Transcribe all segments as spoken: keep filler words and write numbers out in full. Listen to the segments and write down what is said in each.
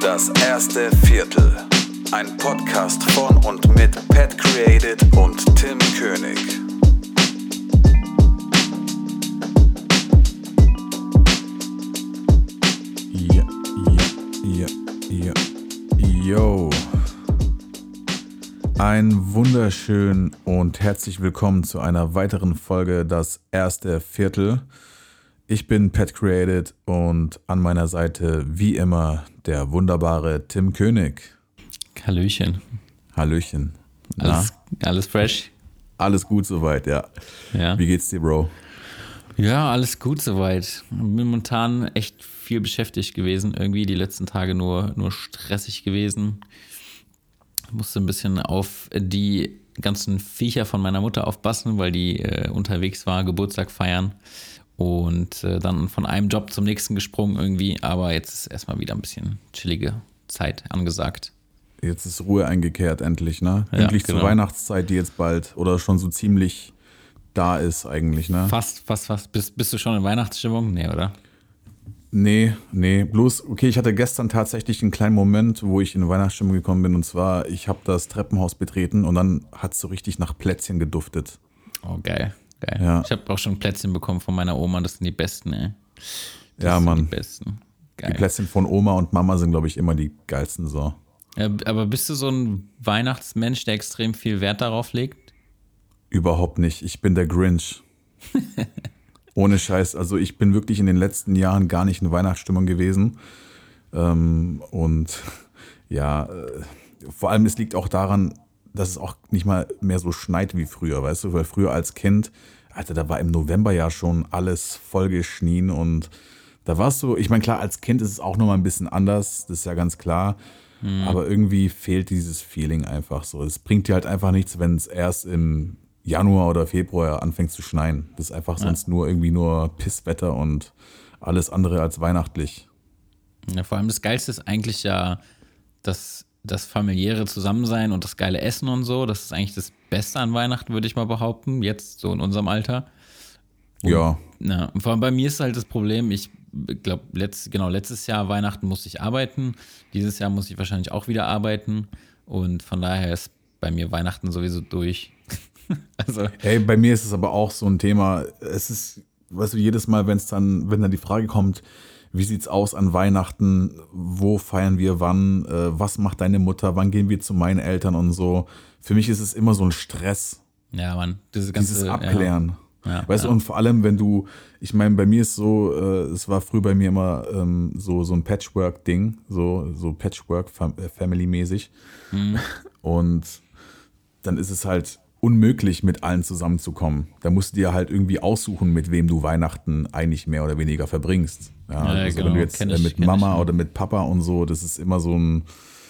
Das erste Viertel. Ein Podcast von und mit Pat Created und Tim König. Ja, ja, ja, ja. Yo. Ein wunderschön und herzlich willkommen zu einer weiteren Folge Das erste Viertel. Ich bin Pat Created und an meiner Seite wie immer der wunderbare Tim König. Hallöchen. Hallöchen. Alles, alles fresh? Alles gut soweit, ja. Ja. Wie geht's dir, Bro? Ja, alles gut soweit. Bin momentan echt viel beschäftigt gewesen. Irgendwie die letzten Tage nur, nur stressig gewesen. Ich musste ein bisschen auf die ganzen Viecher von meiner Mutter aufpassen, weil die äh, unterwegs war, Geburtstag feiern. Und äh, dann von einem Job zum nächsten gesprungen irgendwie. Aber jetzt ist erstmal wieder ein bisschen chillige Zeit angesagt. Jetzt ist Ruhe eingekehrt endlich, ne? Ja, endlich genau. zur Weihnachtszeit, die jetzt bald oder schon so ziemlich da ist eigentlich, ne? Fast, fast, fast. Bist, bist du schon in Weihnachtsstimmung? Nee, oder? Nee, nee, bloß, okay, ich hatte gestern tatsächlich einen kleinen Moment, wo ich in Weihnachtsstimmung gekommen bin, und zwar, ich habe das Treppenhaus betreten und dann hat es so richtig nach Plätzchen geduftet. Oh, geil. Geil. Ja. Ich habe auch schon Plätzchen bekommen von meiner Oma, das sind die besten, ey. Das Ja, sind Mann. die besten. Geil. Die Plätzchen von Oma und Mama sind, glaube ich, immer die geilsten so. Ja, aber bist du so ein Weihnachtsmensch, der extrem viel Wert darauf legt? Überhaupt nicht, ich bin der Grinch. Ohne Scheiß, also ich bin wirklich in den letzten Jahren gar nicht in Weihnachtsstimmung gewesen. Ähm, und ja, äh, vor allem es liegt auch daran, dass es auch nicht mal mehr so schneit wie früher, weißt du, weil früher als Kind, Alter, da war im November ja schon alles vollgeschnien und da warst du, ich meine, klar, als Kind ist es auch nochmal ein bisschen anders, das ist ja ganz klar, mhm. aber irgendwie fehlt dieses Feeling einfach so. Es bringt dir halt einfach nichts, wenn es erst im Januar oder Februar anfängt zu schneien. Das ist einfach sonst ja. nur irgendwie nur Pisswetter und alles andere als weihnachtlich. Ja, vor allem das Geilste ist eigentlich ja das das familiäre Zusammensein und das geile Essen und so, das ist eigentlich das Beste an Weihnachten, würde ich mal behaupten, jetzt so in unserem Alter. Und, ja. Na, und vor allem bei mir ist halt das Problem, ich glaube, letzt, genau, letztes Jahr Weihnachten musste ich arbeiten, dieses Jahr muss ich wahrscheinlich auch wieder arbeiten und von daher ist bei mir Weihnachten sowieso durch. Also. Hey, bei mir ist es aber auch so ein Thema, es ist, weißt du, jedes Mal, wenn es dann, wenn dann die Frage kommt, wie sieht's aus an Weihnachten? Wo feiern wir wann? Äh, was macht deine Mutter? Wann gehen wir zu meinen Eltern und so? Für mich ist es immer so ein Stress. Ja, Mann. Diese ganze, Dieses Abklären. Ja. Ja, weißt ja. du, und vor allem, wenn du, ich meine, bei mir ist so, äh, es war früher bei mir immer ähm, so, so ein Patchwork-Ding, so, so Patchwork-Family-mäßig. Mhm. Und dann ist es halt unmöglich, mit allen zusammenzukommen. Da musst du dir halt irgendwie aussuchen, mit wem du Weihnachten eigentlich mehr oder weniger verbringst. Ja, ja, also genau. wenn du jetzt ich, mit Mama ich, oder mit Papa und so, das ist immer so ein,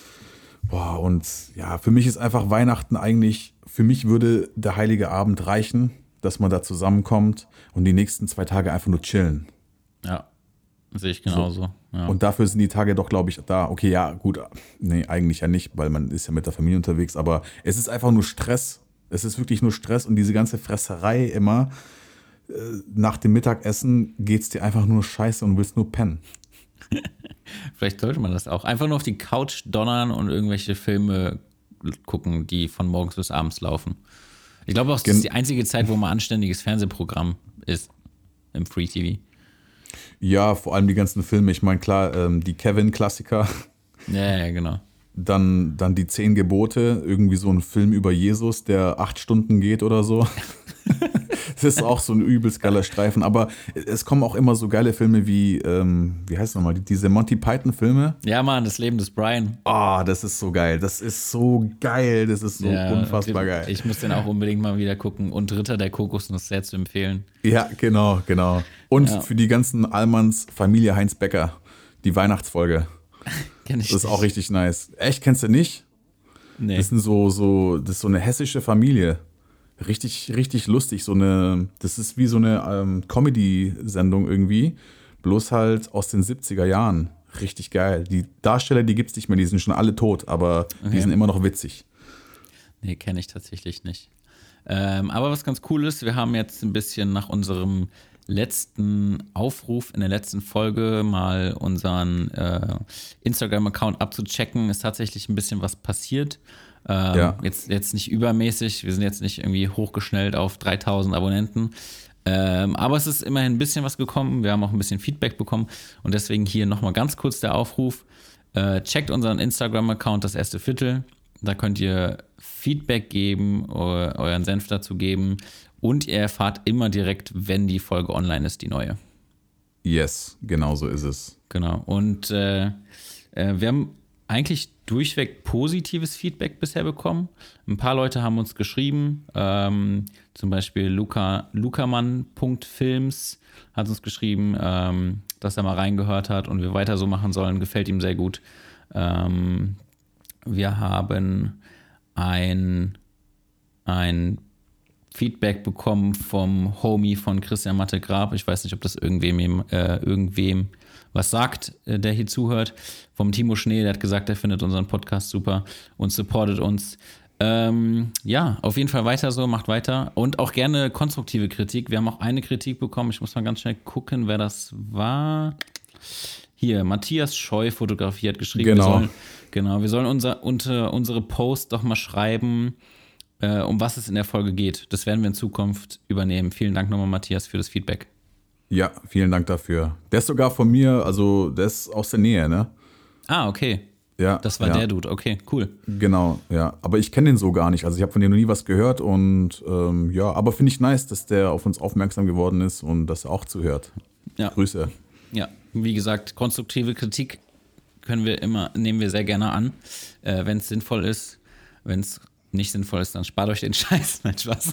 boah, und ja, für mich ist einfach Weihnachten eigentlich, für mich würde der heilige Abend reichen, dass man da zusammenkommt und die nächsten zwei Tage einfach nur chillen. Ja, sehe ich genauso. So. Ja. Und dafür sind die Tage doch, glaube ich, da. Okay, ja, gut, nee, eigentlich ja nicht, weil man ist ja mit der Familie unterwegs, aber es ist einfach nur Stress. Es ist wirklich nur Stress und diese ganze Fresserei immer. Äh, nach dem Mittagessen geht's dir einfach nur scheiße und willst nur pennen. Vielleicht sollte man das auch. Einfach nur auf die Couch donnern und irgendwelche Filme gucken, die von morgens bis abends laufen. Ich glaube auch, das ist die einzige Zeit, wo mal anständiges Fernsehprogramm ist im Free T V. Ja, vor allem die ganzen Filme. Ich meine, klar, ähm, die Kevin-Klassiker. Ja, ja, genau. Dann, dann die Zehn Gebote, irgendwie so ein Film über Jesus, der acht Stunden geht oder so. Das ist auch so ein übelst geiler Streifen. Aber es kommen auch immer so geile Filme wie, ähm, wie heißt es nochmal, diese Monty Python-Filme. Ja, Mann, das Leben des Brian. Oh, das ist so geil. Das ist so geil. Das ist so ja, unfassbar geil. Ich muss den auch unbedingt mal wieder gucken. Und Ritter der Kokosnuss sehr zu empfehlen. Ja, genau, genau. Und ja. für die ganzen Allmanns Familie Heinz Becker, die Weihnachtsfolge. Kenn ich das ist nicht. auch richtig nice. Echt, kennst du nicht? Nee. Das sind so, so, das ist so eine hessische Familie. Richtig, richtig lustig. So eine, das ist wie so eine ähm, Comedy-Sendung irgendwie. Bloß halt aus den siebziger Jahren. Richtig geil. Die Darsteller, die gibt's nicht mehr, die sind schon alle tot, aber okay. die sind immer noch witzig. Nee, kenne ich tatsächlich nicht. Ähm, aber was ganz cool ist, wir haben jetzt ein bisschen nach unserem letzten Aufruf in der letzten Folge mal unseren äh, Instagram-Account abzuchecken, ist tatsächlich ein bisschen was passiert. Ähm, Ja. jetzt, jetzt nicht übermäßig, wir sind jetzt nicht irgendwie hochgeschnellt auf dreitausend Abonnenten. Ähm, aber es ist immerhin ein bisschen was gekommen. Wir haben auch ein bisschen Feedback bekommen. Und deswegen hier nochmal ganz kurz der Aufruf. Äh, checkt unseren Instagram-Account, das erste Viertel. Da könnt ihr Feedback geben, eu- euren Senf dazu geben. Und ihr erfahrt immer direkt, wenn die Folge online ist, die neue. Yes, genau so ist es. Genau. Und äh, äh, wir haben eigentlich durchweg positives Feedback bisher bekommen. Ein paar Leute haben uns geschrieben, ähm, zum Beispiel Luca, lucamann.films hat uns geschrieben, ähm, dass er mal reingehört hat und wir weiter so machen sollen. Gefällt ihm sehr gut. Ähm, wir haben ein, ein Feedback bekommen vom Homie von Christian Matte Grab. Ich weiß nicht, ob das irgendwem, äh, irgendwem was sagt, äh, der hier zuhört. Vom Timo Schnee, der hat gesagt, er findet unseren Podcast super und supportet uns. Ähm, ja, auf jeden Fall weiter so, macht weiter. Und auch gerne konstruktive Kritik. Wir haben auch eine Kritik bekommen. Ich muss mal ganz schnell gucken, wer das war. Hier, Matthias Scheu Fotografie hat geschrieben. Genau. Wir sollen, genau, wir sollen unser, unter unsere Post doch mal schreiben, äh, um was es in der Folge geht. Das werden wir in Zukunft übernehmen. Vielen Dank nochmal, Matthias, für das Feedback. Ja, vielen Dank dafür. Der ist sogar von mir, also der ist aus der Nähe, ne? Ah, okay. Ja. Das war ja. der Dude. Okay, cool. Genau, ja. Aber ich kenne den so gar nicht. Also ich habe von dem noch nie was gehört und ähm, ja, aber finde ich nice, dass der auf uns aufmerksam geworden ist und dass er auch zuhört. Ja. Grüße. Ja, wie gesagt, konstruktive Kritik können wir immer, nehmen wir sehr gerne an, äh, wenn es sinnvoll ist. Wenn es nicht sinnvoll ist, dann spart euch den Scheiß. Nein, Spaß.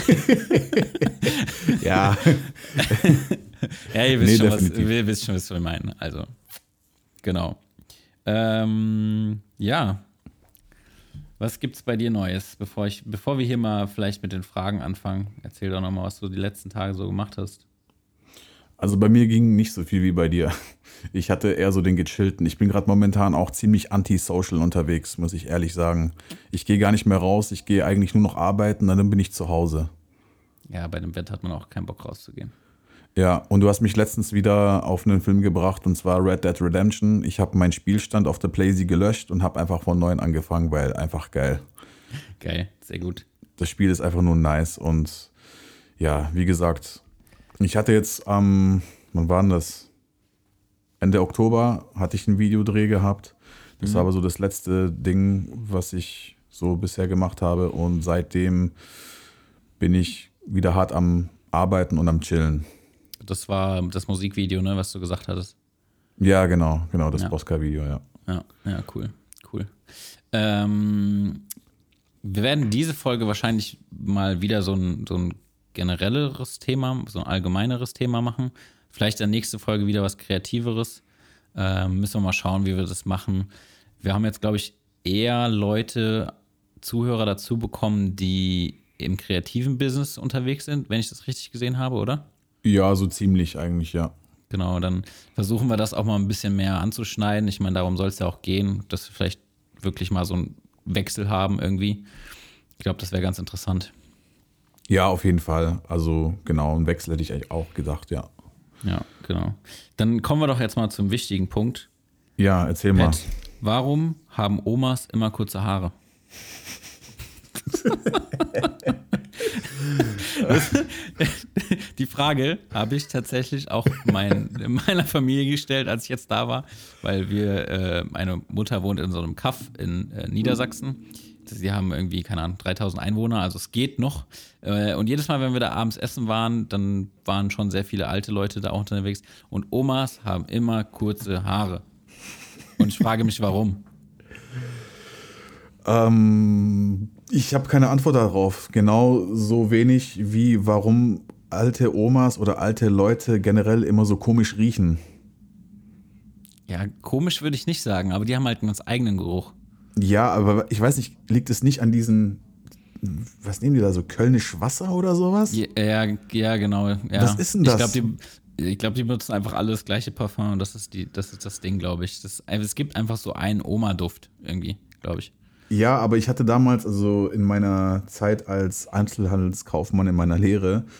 Ja. Ja, ihr wisst, Nee, schon, was, definitiv. ihr wisst schon, was wir meinen. Also, genau. Ähm, ja. Was gibt's bei dir Neues? Bevor ich, bevor wir hier mal vielleicht mit den Fragen anfangen, erzähl doch nochmal, was du die letzten Tage so gemacht hast. Also bei mir ging nicht so viel wie bei dir. Ich hatte eher so den gechillten. Ich bin gerade momentan auch ziemlich anti-social unterwegs, muss ich ehrlich sagen. Ich gehe gar nicht mehr raus, ich gehe eigentlich nur noch arbeiten, dann bin ich zu Hause. Ja, bei dem Wetter hat man auch keinen Bock rauszugehen. Ja, und du hast mich letztens wieder auf einen Film gebracht, und zwar Red Dead Redemption. Ich habe meinen Spielstand auf der Playsee gelöscht und habe einfach von neuem angefangen, weil einfach geil. Geil, sehr gut. Das Spiel ist einfach nur nice und ja, wie gesagt, ich hatte jetzt am, wann war denn das? Ende Oktober hatte ich einen Videodreh gehabt. Das Mhm. war aber so das letzte Ding, was ich so bisher gemacht habe, und seitdem bin ich wieder hart am Arbeiten und am Chillen. Das war das Musikvideo, ne, was du gesagt hattest. Ja, genau, genau, das Ja. Oscar-Video, ja. Ja, ja, cool, cool. Ähm, wir werden diese Folge wahrscheinlich mal wieder so ein, so ein generelleres Thema, so ein allgemeineres Thema machen. Vielleicht in der nächsten Folge wieder was Kreativeres. Ähm, müssen wir mal schauen, wie wir das machen. Wir haben jetzt, glaube ich, eher Leute, Zuhörer dazu bekommen, die im kreativen Business unterwegs sind, wenn ich das richtig gesehen habe, oder? Ja, so ziemlich eigentlich, ja. Genau, dann versuchen wir das auch mal ein bisschen mehr anzuschneiden. Ich meine, darum soll es ja auch gehen, dass wir vielleicht wirklich mal so einen Wechsel haben irgendwie. Ich glaube, das wäre ganz interessant. Ja, auf jeden Fall. Also genau, einen Wechsel hätte ich eigentlich auch gedacht, ja. Ja, genau. Dann kommen wir doch jetzt mal zum wichtigen Punkt. Ja, erzähl mal. Pat, warum haben Omas immer kurze Haare? Die Frage habe ich tatsächlich auch mein, meiner Familie gestellt, als ich jetzt da war, weil wir, äh, meine Mutter wohnt in so einem Kaff in äh, Niedersachsen. Sie haben irgendwie, keine Ahnung, dreitausend Einwohner, also es geht noch. Äh, und jedes Mal, wenn wir da abends essen waren, dann waren schon sehr viele alte Leute da auch unterwegs. Und Omas haben immer kurze Haare. Und ich frage mich, warum. Ähm, ich habe keine Antwort darauf. Genau so wenig wie warum alte Omas oder alte Leute generell immer so komisch riechen. Ja, komisch würde ich nicht sagen, aber die haben halt einen ganz eigenen Geruch. Ja, aber ich weiß nicht, liegt es nicht an diesen, was nehmen die da, so Kölnisch Wasser oder sowas? Ja, ja, ja genau. Ja. Was ist denn das? Ich glaube, die, ich glaub, die benutzen einfach alle das gleiche Parfum und das ist, die, das, ist das Ding, glaube ich. Das, es gibt einfach so einen Oma-Duft irgendwie, glaube ich. Ja, aber ich hatte damals, also in meiner Zeit als Einzelhandelskaufmann in meiner Lehre,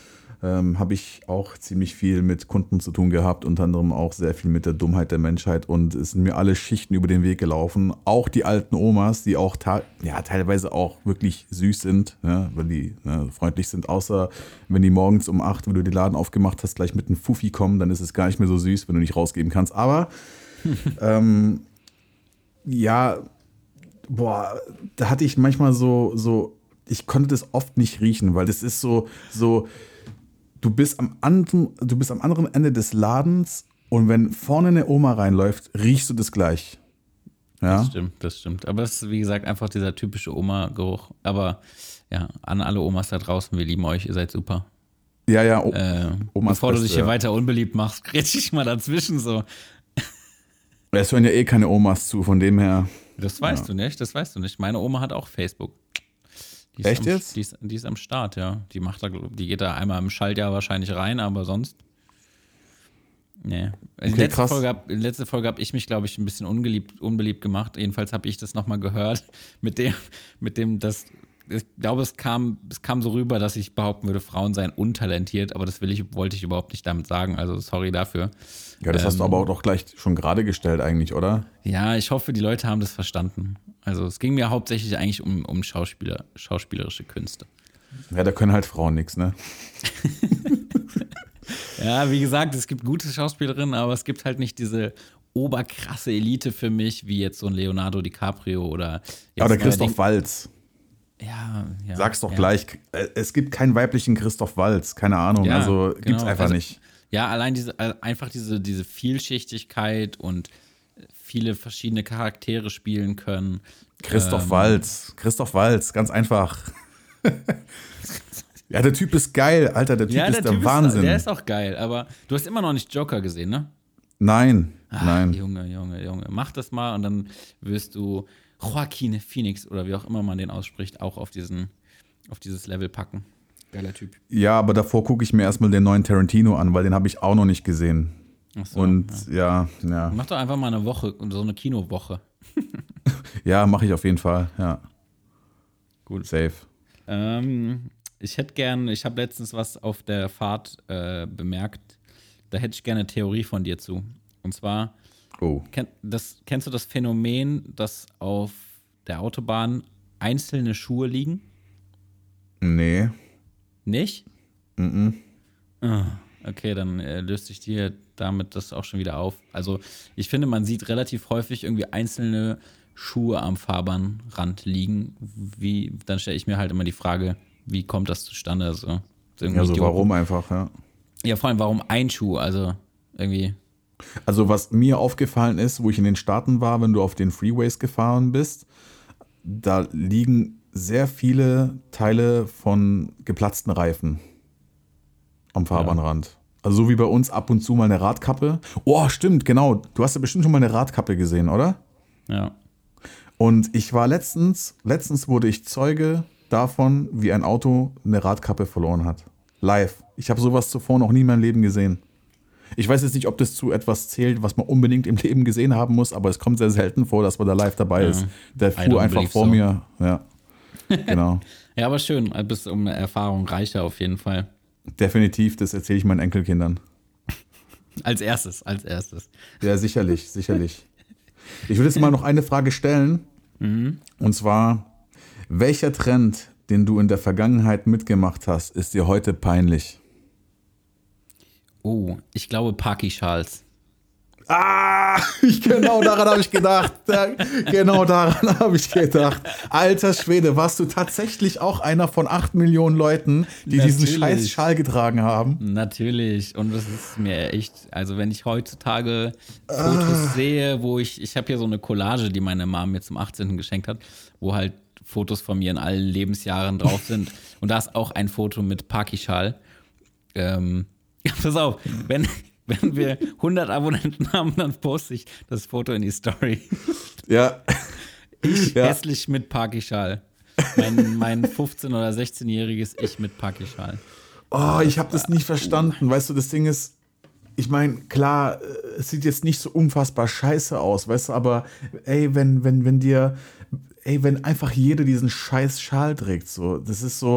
ähm, habe ich auch ziemlich viel mit Kunden zu tun gehabt, unter anderem auch sehr viel mit der Dummheit der Menschheit und es sind mir alle Schichten über den Weg gelaufen. Auch die alten Omas, die auch ta- ja, teilweise auch wirklich süß sind, ja, weil die ja, freundlich sind, außer wenn die morgens um acht, wenn du den Laden aufgemacht hast, gleich mit einem Fuffi kommen, dann ist es gar nicht mehr so süß, wenn du nicht rausgeben kannst. Aber ähm, ja, boah, da hatte ich manchmal so, so, ich konnte das oft nicht riechen, weil das ist so, so, du bist am anderen, du bist am anderen Ende des Ladens und wenn vorne eine Oma reinläuft, riechst du das gleich. Ja? Das stimmt, das stimmt. Aber es ist, wie gesagt, einfach dieser typische Oma-Geruch. Aber ja, an alle Omas da draußen, wir lieben euch, ihr seid super. Ja, ja, o- Äh, Omas bevor du Beste, dich hier ja. weiter unbeliebt machst, grätsch ich mal dazwischen so. Es hören ja eh keine Omas zu, von dem her. Das weißt du nicht, das weißt du nicht. Meine Oma hat auch Facebook. Die ist Echt am, jetzt? Die ist, die ist am Start, ja. Die macht da, die geht da einmal im Schaltjahr wahrscheinlich rein, aber sonst. Nee. Okay, letzte, krass. Folge hab, letzte Folge habe ich mich, glaube ich, ein bisschen ungeliebt, unbeliebt gemacht. Jedenfalls habe ich das nochmal gehört. Mit dem, mit dem, das. Ich glaube, es kam, es kam so rüber, dass ich behaupten würde, Frauen seien untalentiert, aber das will ich, wollte ich überhaupt nicht damit sagen. Also sorry dafür. Ja, das hast du Ähm, aber auch doch gleich schon gerade gestellt eigentlich, oder? Ja, ich hoffe, die Leute haben das verstanden. Also es ging mir hauptsächlich eigentlich um, um Schauspieler, schauspielerische Künste. Ja, da können halt Frauen nichts, ne? Ja, wie gesagt, es gibt gute Schauspielerinnen, aber es gibt halt nicht diese oberkrasse Elite für mich, wie jetzt so ein Leonardo DiCaprio oder jetzt Oder Christoph neuerdings- Waltz. Ja, ja. Sag's doch ja. gleich. Es gibt keinen weiblichen Christoph Waltz, keine Ahnung. Ja, also gibt's genau. einfach Also, nicht. Ja, allein diese, äh, einfach diese, diese Vielschichtigkeit und viele verschiedene Charaktere spielen können. Christoph ähm, Waltz. Christoph Waltz, ganz einfach. Ja, der Typ ist geil, Alter. Der Typ Ja, ist der der Typ Wahnsinn. ist, der ist auch geil, aber du hast immer noch nicht Joker gesehen, ne? Nein, Ach, nein. Junge, Junge, Junge. Mach das mal und dann wirst du Joaquin Phoenix oder wie auch immer man den ausspricht, auch auf diesen, auf dieses Level packen. Geiler Typ. Ja, aber davor gucke ich mir erstmal den neuen Tarantino an, weil den habe ich auch noch nicht gesehen. Ach so, Und ja. ja, ja, Mach doch einfach mal eine Woche, so eine Kinowoche. ja, mache ich auf jeden Fall. Ja, Gut. safe. Ähm, ich hätte gern, ich habe letztens was auf der Fahrt äh, bemerkt, da hätte ich gerne eine Theorie von dir zu. Und zwar, Oh, kenn, das, kennst du das Phänomen, dass auf der Autobahn einzelne Schuhe liegen? nee. Nicht? Mhm. Ah, okay, dann äh, löst sich dir damit das auch schon wieder auf. Also ich finde, man sieht relativ häufig irgendwie einzelne Schuhe am Fahrbahnrand liegen. Wie, dann stelle ich mir halt immer die Frage, wie kommt das zustande? Also, ist irgendwie Also Idioten. warum einfach, ja. Ja, vor allem, warum ein Schuh? Also irgendwie. Also was mir aufgefallen ist, wo ich in den Staaten war, wenn du auf den Freeways gefahren bist, da liegen sehr viele Teile von geplatzten Reifen am Fahrbahnrand. Also so wie bei uns ab und zu mal eine Radkappe. Oh, stimmt, genau. Du hast ja bestimmt schon mal eine Radkappe gesehen, oder? Ja. Und ich war letztens, letztens wurde ich Zeuge davon, wie ein Auto eine Radkappe verloren hat. Live. Ich habe sowas zuvor noch nie in meinem Leben gesehen. Ich weiß jetzt nicht, ob das zu etwas zählt, was man unbedingt im Leben gesehen haben muss, aber es kommt sehr selten vor, dass man da live dabei Ja. ist. Der I fuhr don't einfach believe vor so. mir. Ja, genau. Ja, aber schön. Du bist um eine Erfahrung reicher auf jeden Fall. Definitiv, das erzähle ich meinen Enkelkindern. Als erstes, als erstes. Ja, sicherlich, sicherlich. Ich würde jetzt mal noch eine Frage stellen. Und zwar, welcher Trend, den du in der Vergangenheit mitgemacht hast, ist dir heute peinlich? Oh, ich glaube Paki-Schals. Ah, ich, genau daran habe ich gedacht. Da, genau daran habe ich gedacht. Alter Schwede, warst du tatsächlich auch einer von acht Millionen Leuten, die diesen Natürlich. scheiß Schal getragen haben? Natürlich. Und das ist mir echt, also wenn ich heutzutage Fotos sehe, wo ich, ich habe hier so eine Collage, die meine Mom mir zum achtzehnten geschenkt hat, wo halt Fotos von mir in allen Lebensjahren drauf sind. Und da ist auch ein Foto mit Paki-Schal. Ähm, ja, pass auf, wenn, wenn wir hundert Abonnenten haben, dann poste ich das Foto in die Story. Ja. Ich Ja. hässlich mit Paki-Schal. Mein, mein fünfzehn- oder sechzehnjähriges Ich mit Paki-Schal. Oh, ich habe das nicht verstanden. Weißt du, das Ding ist, ich meine, klar, es sieht jetzt nicht so unfassbar scheiße aus, weißt du, aber ey, wenn, wenn, wenn dir, ey, wenn einfach jeder diesen scheiß Schal trägt, so, das ist so,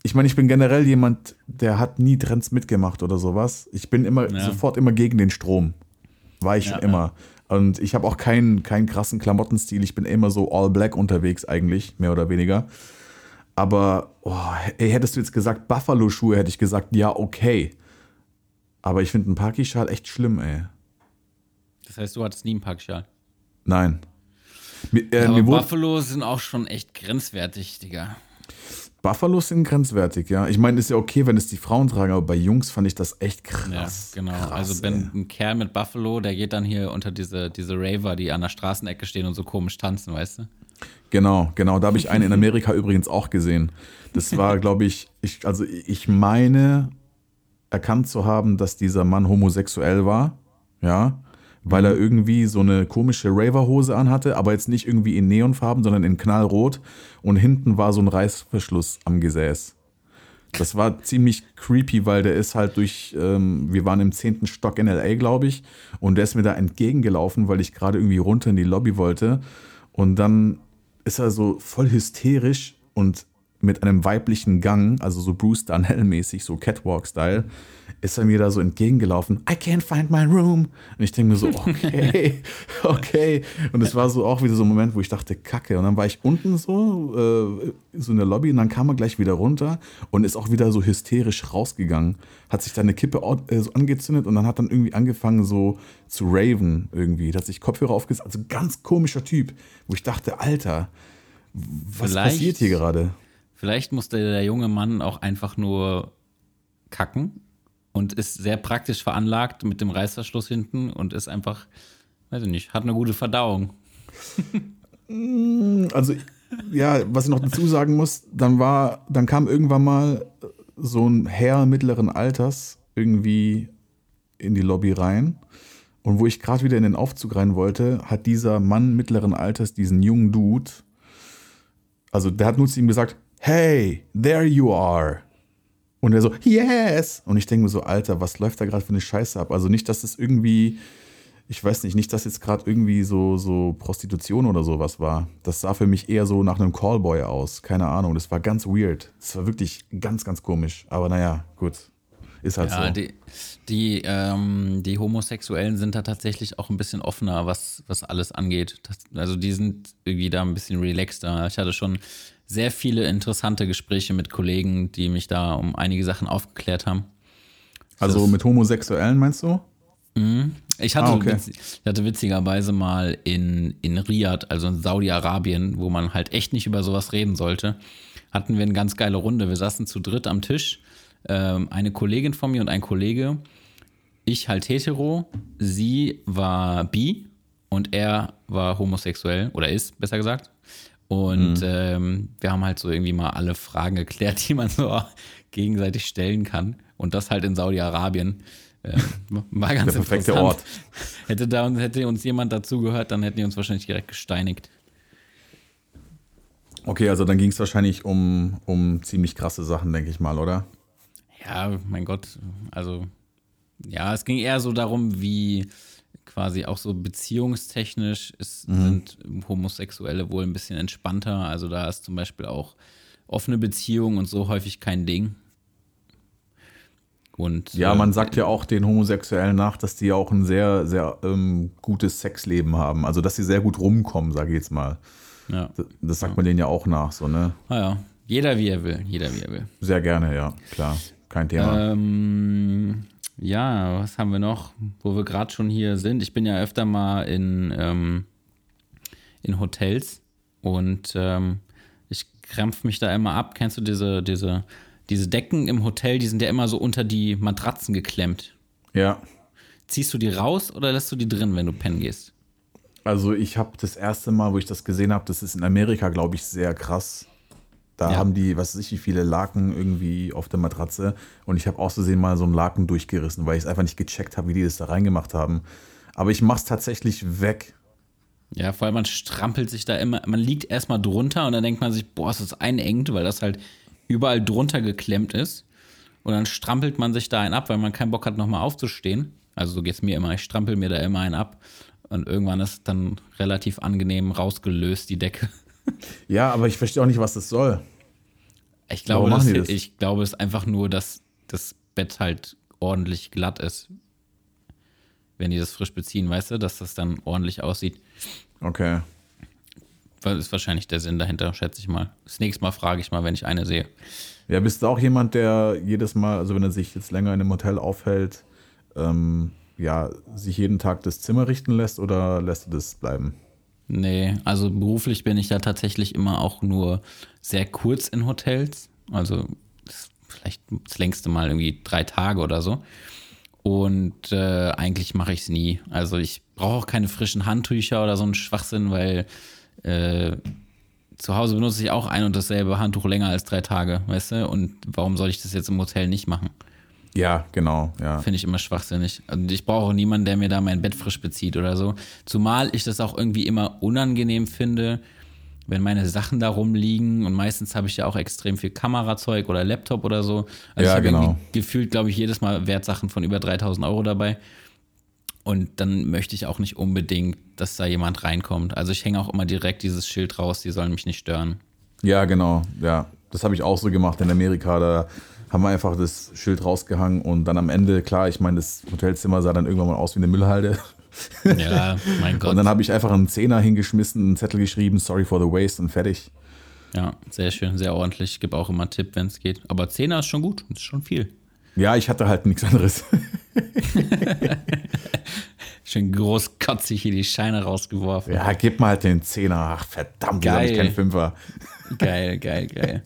ich meine, ich bin generell jemand, der hat nie Trends mitgemacht oder sowas. Ich bin immer Ja. sofort immer gegen den Strom. War ich Ja, schon immer. Und ich habe auch keinen, keinen krassen Klamottenstil. Ich bin immer so all black unterwegs eigentlich, mehr oder weniger. Aber, oh, ey, hättest du jetzt gesagt Buffalo-Schuhe, hätte ich gesagt, ja, okay. Aber ich finde einen Paki-Schal echt schlimm, ey. Das heißt, du hattest nie einen Packschal. Nein. Mir, äh, Ja, aber mir wurde, Buffalo sind auch schon echt grenzwertig, Digga. Buffalos sind grenzwertig, ja. Ich meine, ist ja okay, wenn es die Frauen tragen, aber bei Jungs fand ich das echt krass. Ja, genau. Krass, also wenn ey. ein Kerl mit Buffalo, der geht dann hier unter diese, diese Raver, die an der Straßenecke stehen und so komisch tanzen, weißt du? Genau, genau. Da habe ich einen in Amerika übrigens auch gesehen. Das war, glaube ich, ich, also ich meine, erkannt zu haben, dass dieser Mann homosexuell war, ja, weil er irgendwie so eine komische Raver-Hose anhatte, aber jetzt nicht irgendwie in Neonfarben, sondern in knallrot und hinten war so ein Reißverschluss am Gesäß. Das war ziemlich creepy, weil der ist halt durch, ähm, wir waren im zehnten Stock in L A, glaube ich, und der ist mir da entgegengelaufen, weil ich gerade irgendwie runter in die Lobby wollte und dann ist er so voll hysterisch und mit einem weiblichen Gang, also so Bruce Darnell-mäßig, so Catwalk-Style, ist er mir da so entgegengelaufen. I can't find my room. Und ich denke mir so, okay, okay. Und es war so auch wieder so ein Moment, wo ich dachte, Kacke. Und dann war ich unten so, äh, so in der Lobby und dann kam er gleich wieder runter und ist auch wieder so hysterisch rausgegangen. Hat sich da eine Kippe äh, so angezündet und dann hat dann irgendwie angefangen so zu raven irgendwie. Da hat sich Kopfhörer aufgesetzt. Also ganz komischer Typ, wo ich dachte, Alter, was Vielleicht- passiert hier gerade? Vielleicht musste der junge Mann auch einfach nur kacken und ist sehr praktisch veranlagt mit dem Reißverschluss hinten und ist einfach, weiß ich nicht, hat eine gute Verdauung. Also, ja, was ich noch dazu sagen muss, dann war, dann kam irgendwann mal so ein Herr mittleren Alters irgendwie in die Lobby rein. Und wo ich gerade wieder in den Aufzug rein wollte, hat dieser Mann mittleren Alters diesen jungen Dude, also der hat nur zu ihm gesagt, hey, there you are. Und er so, yes. Und ich denke mir so, Alter, was läuft da gerade für eine Scheiße ab? Also nicht, dass es irgendwie, ich weiß nicht, nicht, dass jetzt gerade irgendwie so, so Prostitution oder sowas war. Das sah für mich eher so nach einem Callboy aus. Keine Ahnung, das war ganz weird. Das war wirklich ganz, ganz komisch. Aber naja, gut. Ist halt Ja, so. die, die, ähm, die Homosexuellen sind da tatsächlich auch ein bisschen offener, was, was alles angeht. Das, also die sind irgendwie da ein bisschen relaxter. Ich hatte schon sehr viele interessante Gespräche mit Kollegen, die mich da um einige Sachen aufgeklärt haben. Also das- mit Homosexuellen meinst du? Ich hatte, Ah, okay. witz, ich hatte witzigerweise mal in, in Riyadh, also in Saudi-Arabien, wo man halt echt nicht über sowas reden sollte, hatten wir eine ganz geile Runde. Wir saßen zu dritt am Tisch, ähm, eine Kollegin von mir und ein Kollege. Ich halt hetero, sie war bi und er war homosexuell oder ist, besser gesagt. Und Mhm. ähm, wir haben halt so irgendwie mal alle Fragen geklärt, die man so gegenseitig stellen kann. Und das halt in Saudi-Arabien. Ähm, war ganz Der perfekte interessant. Ort. Hätte, da, hätte uns jemand dazugehört, dann hätten die uns wahrscheinlich direkt gesteinigt. Okay, also dann ging es wahrscheinlich um, um ziemlich krasse Sachen, denke ich mal, oder? Ja, mein Gott, also ja, es ging eher so darum, wie quasi auch so beziehungstechnisch ist, sind Homosexuelle wohl ein bisschen entspannter. Also da ist zum Beispiel auch offene Beziehung und so häufig kein Ding. Und Ja, äh, man sagt ja auch den Homosexuellen nach, dass die ja auch ein sehr, sehr ähm, gutes Sexleben haben. Also, dass sie sehr gut rumkommen, sage ich jetzt mal. ja, Das, das sagt man denen ja auch nach, so, ne? naja, jeder wie er will, jeder wie er will. Sehr gerne, ja, klar. Kein Thema. Ähm, ja, was haben wir noch, wo wir gerade schon hier sind? Ich bin ja öfter mal in, ähm, in Hotels und ähm, ich krampf mich da immer ab. Kennst du diese, diese, diese Decken im Hotel, die sind ja immer so unter die Matratzen geklemmt. Ja, Ziehst du die raus oder lässt du die drin, wenn du pennen gehst? also ich habe das erste Mal, wo ich das gesehen habe, das ist in Amerika, glaube ich, sehr krass. Da Ja. haben die, was weiß ich, wie viele Laken irgendwie auf der Matratze. Und ich habe aus Versehen mal so einen Laken durchgerissen, weil ich es einfach nicht gecheckt habe, wie die das da reingemacht haben. Aber ich mache es tatsächlich weg. Ja, vor allem man strampelt sich da immer, man liegt erstmal drunter und dann denkt man sich, boah, es ist einengt, weil das halt überall drunter geklemmt ist. Und dann strampelt man sich da einen ab, weil man keinen Bock hat, nochmal aufzustehen. Also so geht's mir immer, ich strampel mir da immer einen ab. Und irgendwann ist dann relativ angenehm rausgelöst, die Decke. Ja, aber ich verstehe auch nicht, was das soll. Ich glaube, Warum das, machen die das? ich glaube, es ist einfach nur, dass das Bett halt ordentlich glatt ist. Wenn die das frisch beziehen, weißt du, dass das dann ordentlich aussieht. Okay. Das ist wahrscheinlich der Sinn dahinter, schätze ich mal. Das nächste Mal frage ich mal, wenn ich eine sehe. Ja, bist du auch jemand, der jedes Mal, also wenn er sich jetzt länger in einem Hotel aufhält, ähm, ja, sich jeden Tag das Zimmer richten lässt oder lässt du das bleiben? Nee, also beruflich bin ich da tatsächlich immer auch nur sehr kurz in Hotels. Also das vielleicht das längste Mal irgendwie drei Tage oder so. Und äh, eigentlich mache ich es nie. Also ich brauche auch keine frischen Handtücher oder so einen Schwachsinn, weil äh, zu Hause benutze ich auch ein und dasselbe Handtuch länger als drei Tage, weißt du? Und warum soll ich das jetzt im Hotel nicht machen? Ja, genau, ja. Finde ich immer schwachsinnig. Und ich brauche niemanden, der mir da mein Bett frisch bezieht oder so. Zumal ich das auch irgendwie immer unangenehm finde, wenn meine Sachen da rumliegen. Und meistens habe ich ja auch extrem viel Kamerazeug oder Laptop oder so. Also Ja, ich habe genau. irgendwie gefühlt, glaube ich, jedes Mal Wertsachen von über dreitausend Euro dabei. Und dann möchte ich auch nicht unbedingt, dass da jemand reinkommt. Also ich hänge auch immer direkt dieses Schild raus, die sollen mich nicht stören. Ja, genau, ja. Das habe ich auch so gemacht in Amerika. Da haben wir einfach das Schild rausgehangen und dann am Ende, klar, ich meine, das Hotelzimmer sah dann irgendwann mal aus wie eine Müllhalde. Ja, mein Gott. Und dann habe ich einfach einen Zehner hingeschmissen, einen Zettel geschrieben, sorry for the waste und fertig. Ja, sehr schön, sehr ordentlich. Ich gebe auch immer einen Tipp, wenn es geht. Aber Zehner ist schon gut, ist schon viel. Ja, ich hatte halt nichts anderes. Schön großkotzig hier die Scheine rausgeworfen. Ja, gib mal halt den Zehner. Ach, verdammt, Geil. ich kein Fünfer. Geil, geil, geil.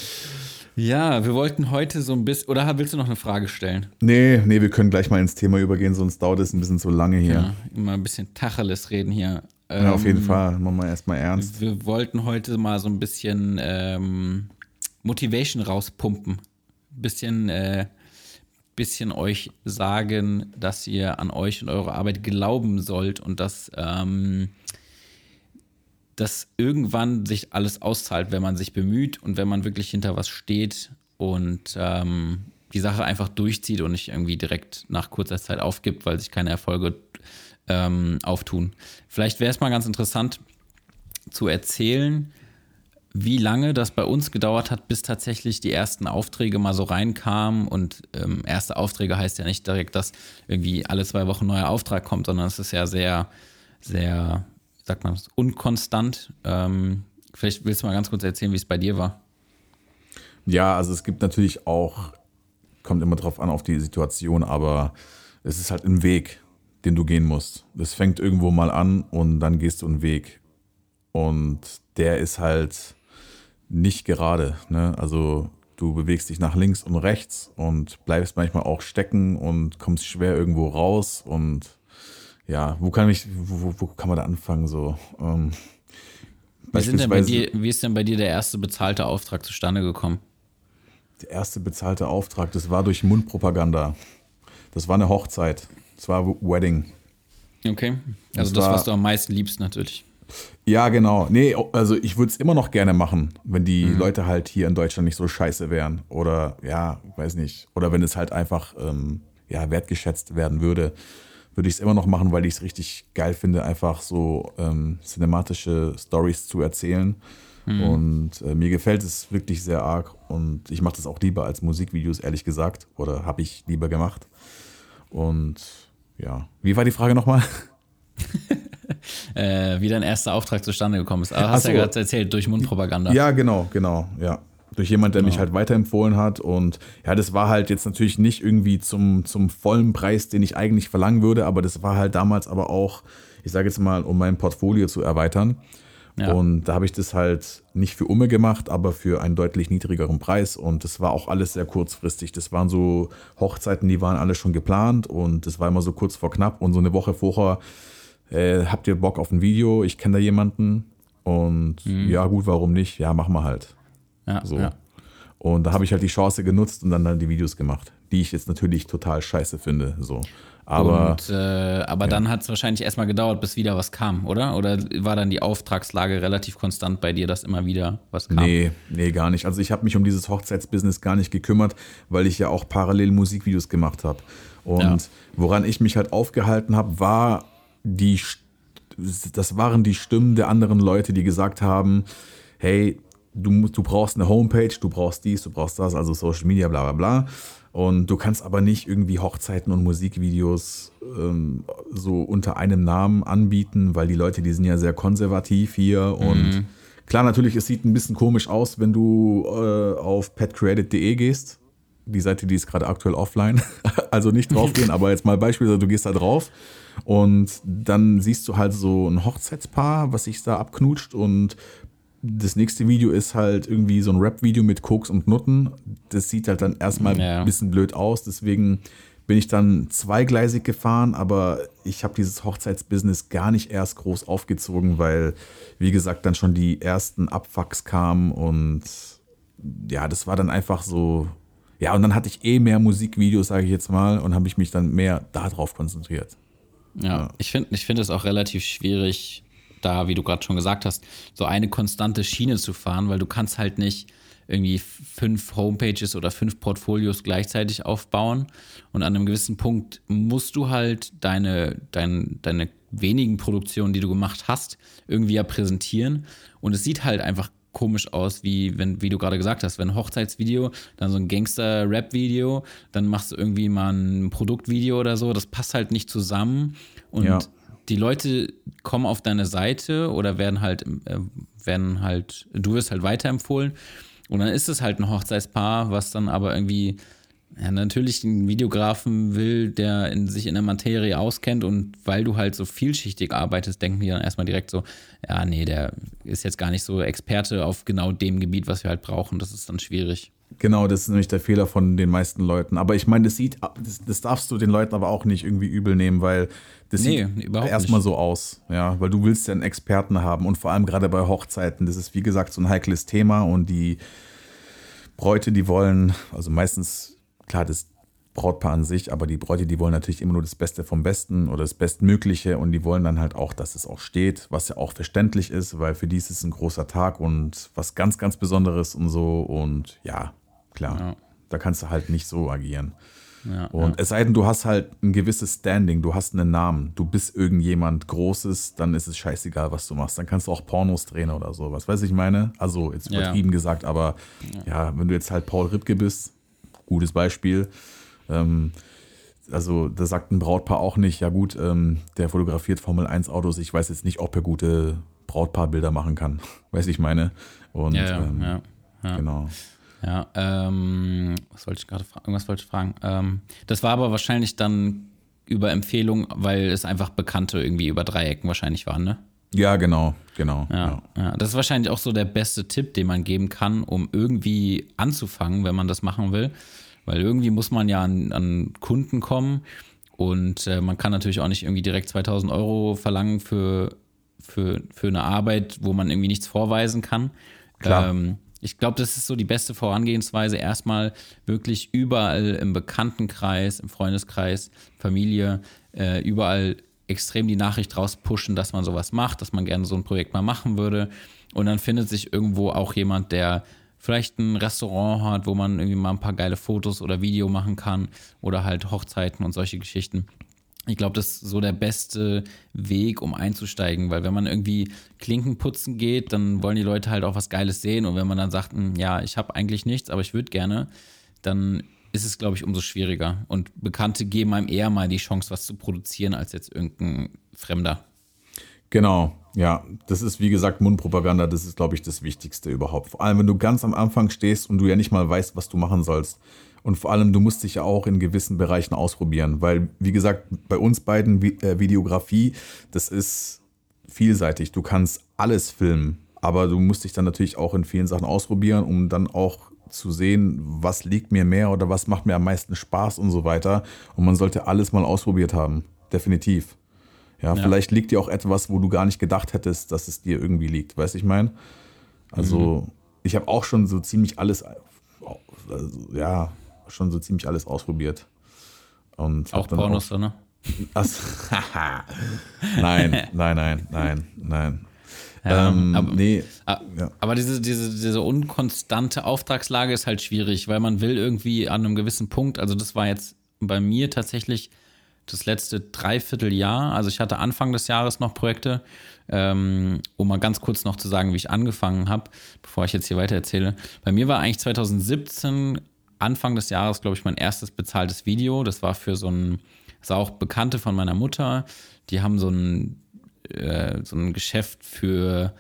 Ja, wir wollten heute so ein bisschen, oder willst du noch eine Frage stellen? Nee, nee, wir können gleich mal ins Thema übergehen, sonst dauert es ein bisschen zu lange hier. Ja, immer ein bisschen Tacheles reden hier. Ja, auf jeden Ähm, Fall. Machen wir erstmal ernst. Wir wollten heute mal so ein bisschen ähm, Motivation rauspumpen. Bisschen, äh, bisschen euch sagen, dass ihr an euch und eure Arbeit glauben sollt und dass ähm, dass irgendwann sich alles auszahlt, wenn man sich bemüht und wenn man wirklich hinter was steht und ähm, die Sache einfach durchzieht und nicht irgendwie direkt nach kurzer Zeit aufgibt, weil sich keine Erfolge ähm, auftun. Vielleicht wäre es mal ganz interessant zu erzählen, wie lange das bei uns gedauert hat, bis tatsächlich die ersten Aufträge mal so reinkamen. Und ähm, erste Aufträge heißt ja nicht direkt, dass irgendwie alle zwei Wochen ein neuer Auftrag kommt, sondern es ist ja sehr, sehr, wie sagt man das, unkonstant. Ähm, vielleicht willst du mal ganz kurz erzählen, wie es bei dir war. Ja, also es gibt natürlich auch, kommt immer drauf an auf die Situation, aber es ist halt ein Weg, den du gehen musst. Das fängt irgendwo mal an und dann gehst du einen Weg. Und der ist halt nicht gerade, ne? Also du bewegst dich nach links und rechts und bleibst manchmal auch stecken und kommst schwer irgendwo raus. Und ja, wo kann ich, wo, wo kann man da anfangen? So, ähm, Wie, sind denn bei dir, wie ist denn bei dir der erste bezahlte Auftrag zustande gekommen? Der erste bezahlte Auftrag, das war durch Mundpropaganda. Das war eine Hochzeit. Das war Wedding. Okay. Also Das das, war- was du am meisten liebst, natürlich. Ja, genau. Nee, also ich würde es immer noch gerne machen, wenn die Leute halt hier in Deutschland nicht so scheiße wären. Oder, ja, weiß nicht. Oder wenn es halt einfach ähm, ja, wertgeschätzt werden würde, würde ich es immer noch machen, weil ich es richtig geil finde, einfach so ähm, cinematische Stories zu erzählen. Und äh, mir gefällt es wirklich sehr arg. Und ich mache das auch lieber als Musikvideos, ehrlich gesagt. Oder habe ich lieber gemacht. Und ja, wie war die Frage nochmal? Äh, wie dein erster Auftrag zustande gekommen ist. Aber hast Ach ja so. gerade erzählt, durch Mundpropaganda. Ja, genau, genau, ja. Durch jemand, der mich halt weiterempfohlen hat. Und ja, das war halt jetzt natürlich nicht irgendwie zum, zum vollen Preis, den ich eigentlich verlangen würde, aber das war halt damals aber auch, ich sage jetzt mal, um mein Portfolio zu erweitern. Ja. Und da habe ich das halt nicht für Umme gemacht, aber für einen deutlich niedrigeren Preis. Und das war auch alles sehr kurzfristig. Das waren so Hochzeiten, die waren alle schon geplant und das war immer so kurz vor knapp. Und so eine Woche vorher, äh, habt ihr Bock auf ein Video? Ich kenne da jemanden. Und ja, gut, warum nicht? Ja, machen wir halt. Ja, So. ja. Und da habe ich halt die Chance genutzt und dann, dann die Videos gemacht, die ich jetzt natürlich total scheiße finde. So. Aber Und, äh, aber dann hat es wahrscheinlich erstmal gedauert, bis wieder was kam, oder? Oder war dann die Auftragslage relativ konstant bei dir, dass immer wieder was kam? nee, nee, gar nicht. Also ich habe mich um dieses Hochzeitsbusiness gar nicht gekümmert, weil ich ja auch parallel Musikvideos gemacht habe. Und Ja. woran ich mich halt aufgehalten habe, war die, das waren die Stimmen der anderen Leute, die gesagt haben, hey, du, musst, du brauchst eine Homepage, du brauchst dies, du brauchst das, also Social Media, bla bla bla. Und du kannst aber nicht irgendwie Hochzeiten und Musikvideos ähm, so unter einem Namen anbieten, weil die Leute, die sind ja sehr konservativ hier. Und Mhm. klar, natürlich, es sieht ein bisschen komisch aus, wenn du äh, auf pet created punkt de gehst. Die Seite, die ist gerade aktuell offline, also nicht draufgehen, aber jetzt mal beispielsweise, du gehst da drauf und dann siehst du halt so ein Hochzeitspaar, was sich da abknutscht, und das nächste Video ist halt irgendwie so ein Rap-Video mit Koks und Nutten. Das sieht halt dann erstmal Ja. ein bisschen blöd aus, deswegen bin ich dann zweigleisig gefahren, aber ich habe dieses Hochzeitsbusiness gar nicht erst groß aufgezogen, weil, wie gesagt, dann schon die ersten Abfucks kamen und ja, das war dann einfach so. Ja, und dann hatte ich eh mehr Musikvideos, sage ich jetzt mal, und habe ich mich dann mehr darauf konzentriert. Ja, Ja. ich finde ich find es auch relativ schwierig, da, wie du gerade schon gesagt hast, so eine konstante Schiene zu fahren, weil du kannst halt nicht irgendwie fünf Homepages oder fünf Portfolios gleichzeitig aufbauen, und an einem gewissen Punkt musst du halt deine, dein, deine wenigen Produktionen, die du gemacht hast, irgendwie ja präsentieren, und es sieht halt einfach komisch aus, wie wenn, wie du gerade gesagt hast, wenn ein Hochzeitsvideo, dann so ein Gangster-Rap-Video, dann machst du irgendwie mal ein Produktvideo oder so, das passt halt nicht zusammen, und Ja. die Leute kommen auf deine Seite oder werden halt, äh, werden halt, du wirst halt weiterempfohlen, und dann ist es halt ein Hochzeitspaar, was dann aber irgendwie ja, natürlich einen Videografen will, der in, sich in der Materie auskennt, und weil du halt so vielschichtig arbeitest, denken die dann erstmal direkt so, ja, nee, der ist jetzt gar nicht so Experte auf genau dem Gebiet, was wir halt brauchen. Das ist dann schwierig. Genau, das ist nämlich der Fehler von den meisten Leuten. Aber ich meine, das sieht, das, das darfst du den Leuten aber auch nicht irgendwie übel nehmen, weil das Nee, sieht überhaupt erstmal nicht. so aus, ja, weil du willst ja einen Experten haben, und vor allem gerade bei Hochzeiten, das ist wie gesagt so ein heikles Thema, und die Bräute, die wollen, also meistens, klar, das Brautpaar an sich, aber die Bräute, die wollen natürlich immer nur das Beste vom Besten oder das Bestmögliche, und die wollen dann halt auch, dass es auch steht, was ja auch verständlich ist, weil für die ist es ein großer Tag und was ganz, ganz Besonderes und so, und ja, klar, Ja. da kannst du halt nicht so agieren. Ja, Und ja. es sei denn, du hast halt ein gewisses Standing, du hast einen Namen, du bist irgendjemand Großes, dann ist es scheißegal, was du machst. Dann kannst du auch Pornos drehen oder so, was weiß ich meine? Also jetzt Ja. übertrieben gesagt, aber ja. wenn du jetzt halt Paul Ripke bist, gutes Beispiel, ähm, also da sagt ein Brautpaar auch nicht, ja gut, ähm, der fotografiert Formel eins Autos, ich weiß jetzt nicht, ob er gute Brautpaarbilder machen kann, weiß ich meine? Und Ja, ja, ähm, ja, ja. genau. Ja, ähm, was wollte ich gerade fragen? Irgendwas wollte ich fragen. Ähm, das war aber wahrscheinlich dann über Empfehlung, weil es einfach Bekannte irgendwie über Dreiecken wahrscheinlich waren, ne? Ja, genau, genau. Ja, ja, das ist wahrscheinlich auch so der beste Tipp, den man geben kann, um irgendwie anzufangen, wenn man das machen will. Weil irgendwie muss man ja an, an Kunden kommen, und äh, man kann natürlich auch nicht irgendwie direkt zweitausend Euro verlangen für, für, für eine Arbeit, wo man irgendwie nichts vorweisen kann. Klar. Ähm, ich glaube, das ist so die beste Vorangehensweise, erstmal wirklich überall im Bekanntenkreis, im Freundeskreis, Familie, äh, überall extrem die Nachricht rauspushen, dass man sowas macht, dass man gerne so ein Projekt mal machen würde. Und dann findet sich irgendwo auch jemand, der vielleicht ein Restaurant hat, wo man irgendwie mal ein paar geile Fotos oder Video machen kann, oder halt Hochzeiten und solche Geschichten. Ich glaube, das ist so der beste Weg, um einzusteigen, weil wenn man irgendwie Klinken putzen geht, dann wollen die Leute halt auch was Geiles sehen, und wenn man dann sagt, hm, ja, ich habe eigentlich nichts, aber ich würde gerne, dann ist es, glaube ich, umso schwieriger, und Bekannte geben einem eher mal die Chance, was zu produzieren, als jetzt irgendein Fremder. Genau, ja, das ist wie gesagt Mundpropaganda, das ist, glaube ich, das Wichtigste überhaupt. Vor allem, wenn du ganz am Anfang stehst und du ja nicht mal weißt, was du machen sollst. Und vor allem, du musst dich ja auch in gewissen Bereichen ausprobieren, weil, wie gesagt, bei uns beiden Vi- äh, Videografie, das ist vielseitig. Du kannst alles filmen, aber du musst dich dann natürlich auch in vielen Sachen ausprobieren, um dann auch zu sehen, was liegt mir mehr oder was macht mir am meisten Spaß und so weiter. Und man sollte alles mal ausprobiert haben, definitiv. Ja, Ja. vielleicht liegt dir auch etwas, wo du gar nicht gedacht hättest, dass es dir irgendwie liegt. Weißt du, ich meine? Also, ich habe auch schon so ziemlich alles, also, ja, schon so ziemlich alles ausprobiert. Und hab Auch dann Pornos, so, ne? Ach, nein, nein, nein, nein, nein. Ja, ähm, aber- nee, Ah, ja. Aber diese, diese, diese unkonstante Auftragslage ist halt schwierig, weil man will irgendwie an einem gewissen Punkt, also das war jetzt bei mir tatsächlich das letzte Dreivierteljahr, also ich hatte Anfang des Jahres noch Projekte, ähm, um mal ganz kurz noch zu sagen, wie ich angefangen habe, bevor ich jetzt hier weiter erzähle. Bei mir war eigentlich zwanzig siebzehn, Anfang des Jahres, glaube ich, mein erstes bezahltes Video. Das war für so ein, das war auch Bekannte von meiner Mutter, die haben so ein, äh, so ein Geschäft für,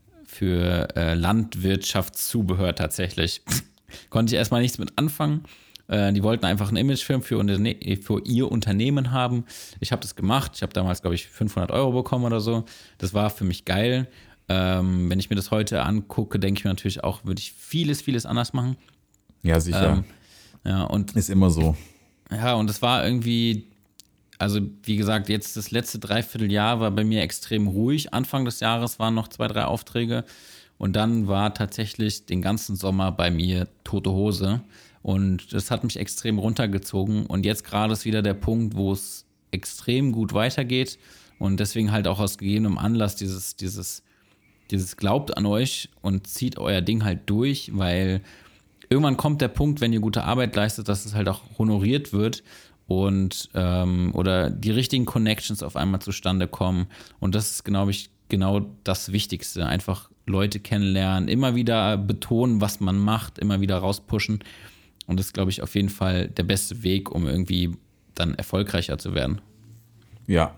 für äh, Landwirtschaftszubehör tatsächlich. Konnte ich erstmal nichts mit anfangen. Die wollten einfach einen Imagefilm für, Unterne- für ihr Unternehmen haben. Ich habe das gemacht. Ich habe damals, glaube ich, fünfhundert Euro bekommen oder so. Das war für mich geil. Ähm, wenn ich mir das heute angucke, denke ich mir natürlich auch, würde ich vieles, vieles anders machen. Ja, sicher. Ähm, ja, und, ist immer so. Ja, und es war irgendwie, also wie gesagt, jetzt das letzte Dreivierteljahr war bei mir extrem ruhig. Anfang des Jahres waren noch zwei, drei Aufträge. Und dann war tatsächlich den ganzen Sommer bei mir tote Hose. Und das hat mich extrem runtergezogen. Und jetzt gerade ist wieder der Punkt, wo es extrem gut weitergeht. Und deswegen halt auch aus gegebenem Anlass dieses, dieses, dieses glaubt an euch und zieht euer Ding halt durch, weil irgendwann kommt der Punkt, wenn ihr gute Arbeit leistet, dass es halt auch honoriert wird und ähm, oder die richtigen Connections auf einmal zustande kommen. Und das ist, glaube ich, genau das Wichtigste. Einfach Leute kennenlernen, immer wieder betonen, was man macht, immer wieder rauspushen. Und das ist, glaube ich, auf jeden Fall der beste Weg, um irgendwie dann erfolgreicher zu werden. Ja,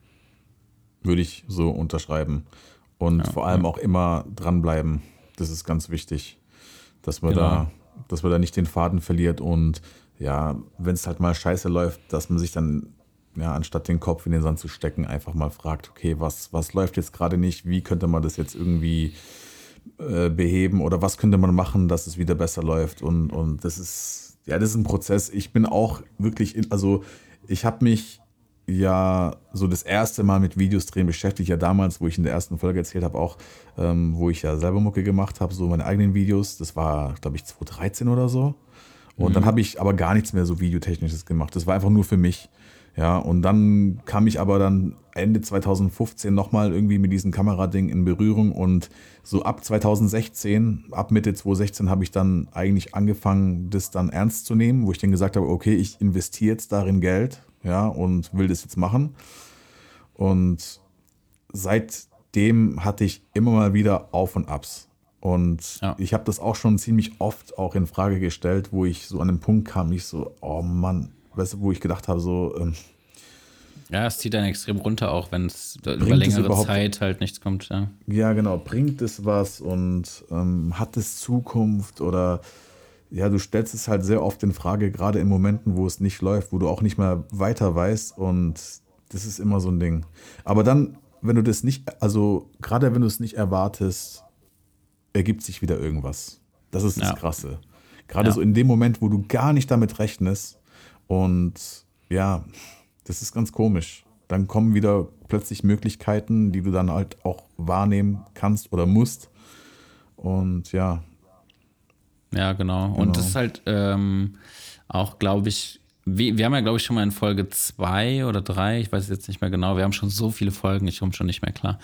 würde ich so unterschreiben. Und Ja, vor allem ja. auch immer dranbleiben. Das ist ganz wichtig, dass man, Genau. da, dass man da nicht den Faden verliert. Und ja, wenn es halt mal scheiße läuft, dass man sich dann, ja, anstatt den Kopf in den Sand zu stecken, einfach mal fragt, okay, was, was läuft jetzt gerade nicht? Wie könnte man das jetzt irgendwie beheben oder was könnte man machen, dass es wieder besser läuft und, und das ist, ja, das ist ein Prozess. Ich bin auch wirklich, in, also ich habe mich ja so das erste Mal mit Videos drehen beschäftigt, ja damals, wo ich in der ersten Folge erzählt habe, auch, ähm, wo ich ja selber Mucke gemacht habe, so meine eigenen Videos, das war, glaube ich, zwanzig dreizehn oder so und mhm. dann habe ich aber gar nichts mehr so Videotechnisches gemacht, das war einfach nur für mich. Ja, und dann kam ich aber dann Ende zwanzig fünfzehn nochmal irgendwie mit diesem Kamerading in Berührung und so ab zwanzig sechzehn, ab Mitte zwanzig sechzehn habe ich dann eigentlich angefangen, das dann ernst zu nehmen, wo ich dann gesagt habe, okay, ich investiere jetzt darin Geld, ja, und will das jetzt machen. Und seitdem hatte ich immer mal wieder Auf und Abs. Und ja. ich habe das auch schon ziemlich oft auch in Frage gestellt, wo ich so an den Punkt kam, ich so, oh Mann, weißt du, wo ich gedacht habe, so. Ähm, ja, es zieht einen extrem runter, auch wenn es über längere Zeit halt nichts kommt. Ja, ja genau. Bringt es was und ähm, hat es Zukunft oder ja, du stellst es halt sehr oft in Frage, gerade in Momenten, wo es nicht läuft, wo du auch nicht mehr weiter weißt und das ist immer so ein Ding. Aber dann, wenn du das nicht, also gerade wenn du es nicht erwartest, ergibt sich wieder irgendwas. Das ist das ja. Krasse. Gerade ja. so in dem Moment, wo du gar nicht damit rechnest. Und ja, das ist ganz komisch. Dann kommen wieder plötzlich Möglichkeiten, die du dann halt auch wahrnehmen kannst oder musst. Und ja. Ja, genau. genau. Und das ist halt ähm, auch, glaube ich, wir, wir haben ja, glaube ich, schon mal in Folge zwei oder drei, ich weiß jetzt nicht mehr genau, wir haben schon so viele Folgen, ich komme schon nicht mehr klar.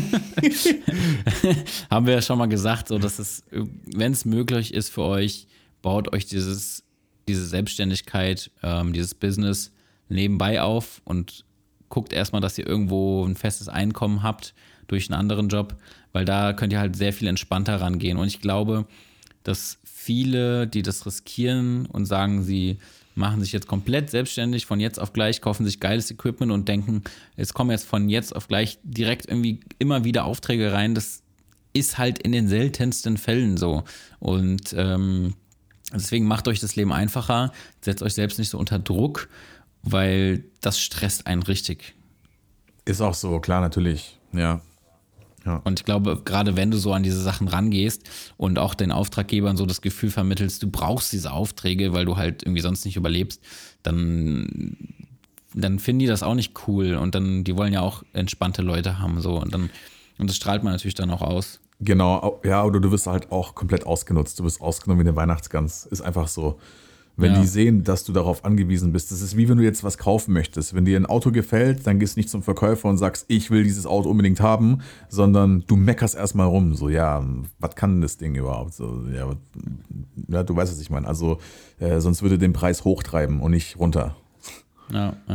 Haben wir ja schon mal gesagt, so dass es, wenn es möglich ist für euch, baut euch dieses diese Selbstständigkeit, ähm, dieses Business nebenbei auf und guckt erstmal, dass ihr irgendwo ein festes Einkommen habt durch einen anderen Job, weil da könnt ihr halt sehr viel entspannter rangehen. Und ich glaube, dass viele, die das riskieren und sagen, sie machen sich jetzt komplett selbstständig von jetzt auf gleich, kaufen sich geiles Equipment und denken, es kommen jetzt von jetzt auf gleich direkt irgendwie immer wieder Aufträge rein, das ist halt in den seltensten Fällen so. Und ähm, deswegen macht euch das Leben einfacher, setzt euch selbst nicht so unter Druck, weil das stresst einen richtig. Ist auch so, klar, natürlich, ja. ja. Und ich glaube, gerade wenn du so an diese Sachen rangehst und auch den Auftraggebern so das Gefühl vermittelst, du brauchst diese Aufträge, weil du halt irgendwie sonst nicht überlebst, dann, dann finden die das auch nicht cool und dann, die wollen ja auch entspannte Leute haben, so und dann, und das strahlt man natürlich dann auch aus. Genau, ja, oder du wirst halt auch komplett ausgenutzt. Du wirst ausgenommen wie eine Weihnachtsgans. Ist einfach so. Wenn ja. die sehen, dass du darauf angewiesen bist, das ist wie wenn du jetzt was kaufen möchtest. Wenn dir ein Auto gefällt, dann gehst du nicht zum Verkäufer und sagst, ich will dieses Auto unbedingt haben, sondern du meckerst erstmal rum. So, ja, was kann das Ding überhaupt? So, ja, ja, du weißt, was ich meine. Also, äh, sonst würde den Preis hochtreiben und nicht runter. Ja, ja.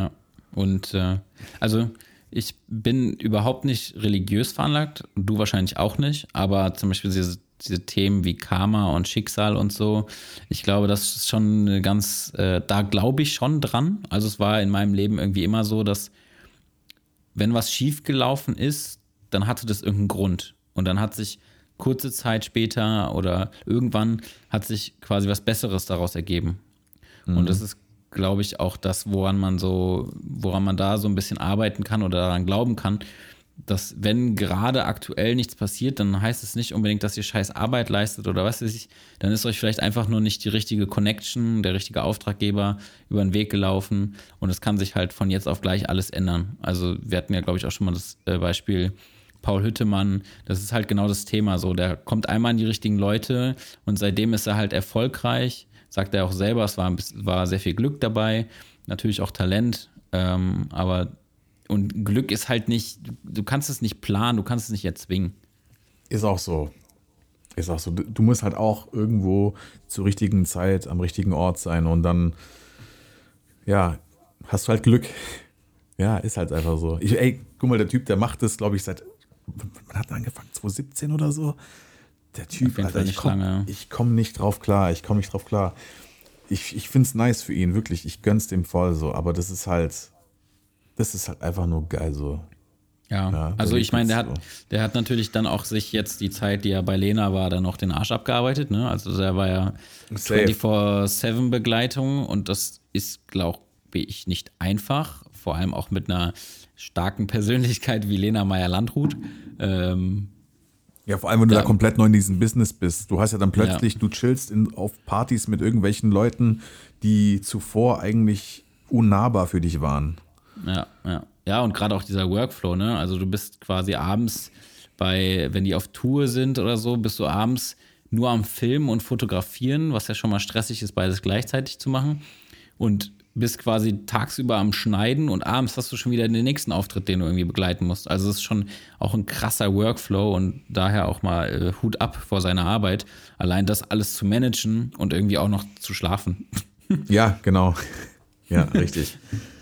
Und äh, also ich bin überhaupt nicht religiös veranlagt, du wahrscheinlich auch nicht, aber zum Beispiel diese, diese Themen wie Karma und Schicksal und so, ich glaube, das ist schon eine ganz, äh, da glaube ich schon dran. Also es war in meinem Leben irgendwie immer so, dass wenn was schief gelaufen ist, dann hatte das irgendeinen Grund. Und dann hat sich kurze Zeit später oder irgendwann hat sich quasi was Besseres daraus ergeben. Mhm. Und das ist, glaube ich, auch das, woran man so, woran man da so ein bisschen arbeiten kann oder daran glauben kann, dass wenn gerade aktuell nichts passiert, dann heißt es nicht unbedingt, dass ihr scheiß Arbeit leistet oder was weiß ich, dann ist euch vielleicht einfach nur nicht die richtige Connection, der richtige Auftraggeber über den Weg gelaufen und es kann sich halt von jetzt auf gleich alles ändern. Also wir hatten ja, glaube ich, auch schon mal das Beispiel Paul Hüttemann, das ist halt genau das Thema so, der kommt einmal an die richtigen Leute und seitdem ist er halt erfolgreich, sagt er auch selber, es war, ein bisschen, war sehr viel Glück dabei, natürlich auch Talent, ähm, aber und Glück ist halt nicht, du kannst es nicht planen, du kannst es nicht erzwingen. Ist auch so. Ist auch so. Du musst halt auch irgendwo zur richtigen Zeit am richtigen Ort sein und dann, ja, hast du halt Glück. Ja, ist halt einfach so. Ich, ey, guck mal, der Typ, der macht das, glaube ich, seit, wann hat er angefangen? zwanzig siebzehn oder so? Der Typ, Alter, ich komme komm nicht drauf klar. Ich komme nicht drauf klar. Ich, ich finde es nice für ihn, wirklich. Ich gönn's dem voll so, aber das ist halt, das ist halt einfach nur geil so. Ja, ja also ich meine, der hat, der hat natürlich dann auch sich jetzt die Zeit, die er bei Lena war, dann noch den Arsch abgearbeitet, ne? Also der war ja vierundzwanzig sieben Begleitung und das ist, glaube ich, nicht einfach, vor allem auch mit einer starken Persönlichkeit wie Lena Meyer-Landrut. Ähm, ja, vor allem, wenn du da, da komplett neu in diesem Business bist. Du hast ja dann plötzlich, ja. du chillst in, auf Partys mit irgendwelchen Leuten, die zuvor eigentlich unnahbar für dich waren. Ja, ja. Ja, und gerade auch dieser Workflow, ne? Also du bist quasi abends bei, wenn die auf Tour sind oder so, bist du abends nur am Filmen und Fotografieren, was ja schon mal stressig ist, beides gleichzeitig zu machen. Und bist quasi tagsüber am Schneiden und abends hast du schon wieder den nächsten Auftritt, den du irgendwie begleiten musst. Also es ist schon auch ein krasser Workflow und daher auch mal äh, Hut ab vor seiner Arbeit. Allein das alles zu managen und irgendwie auch noch zu schlafen. Ja, genau. Ja, richtig.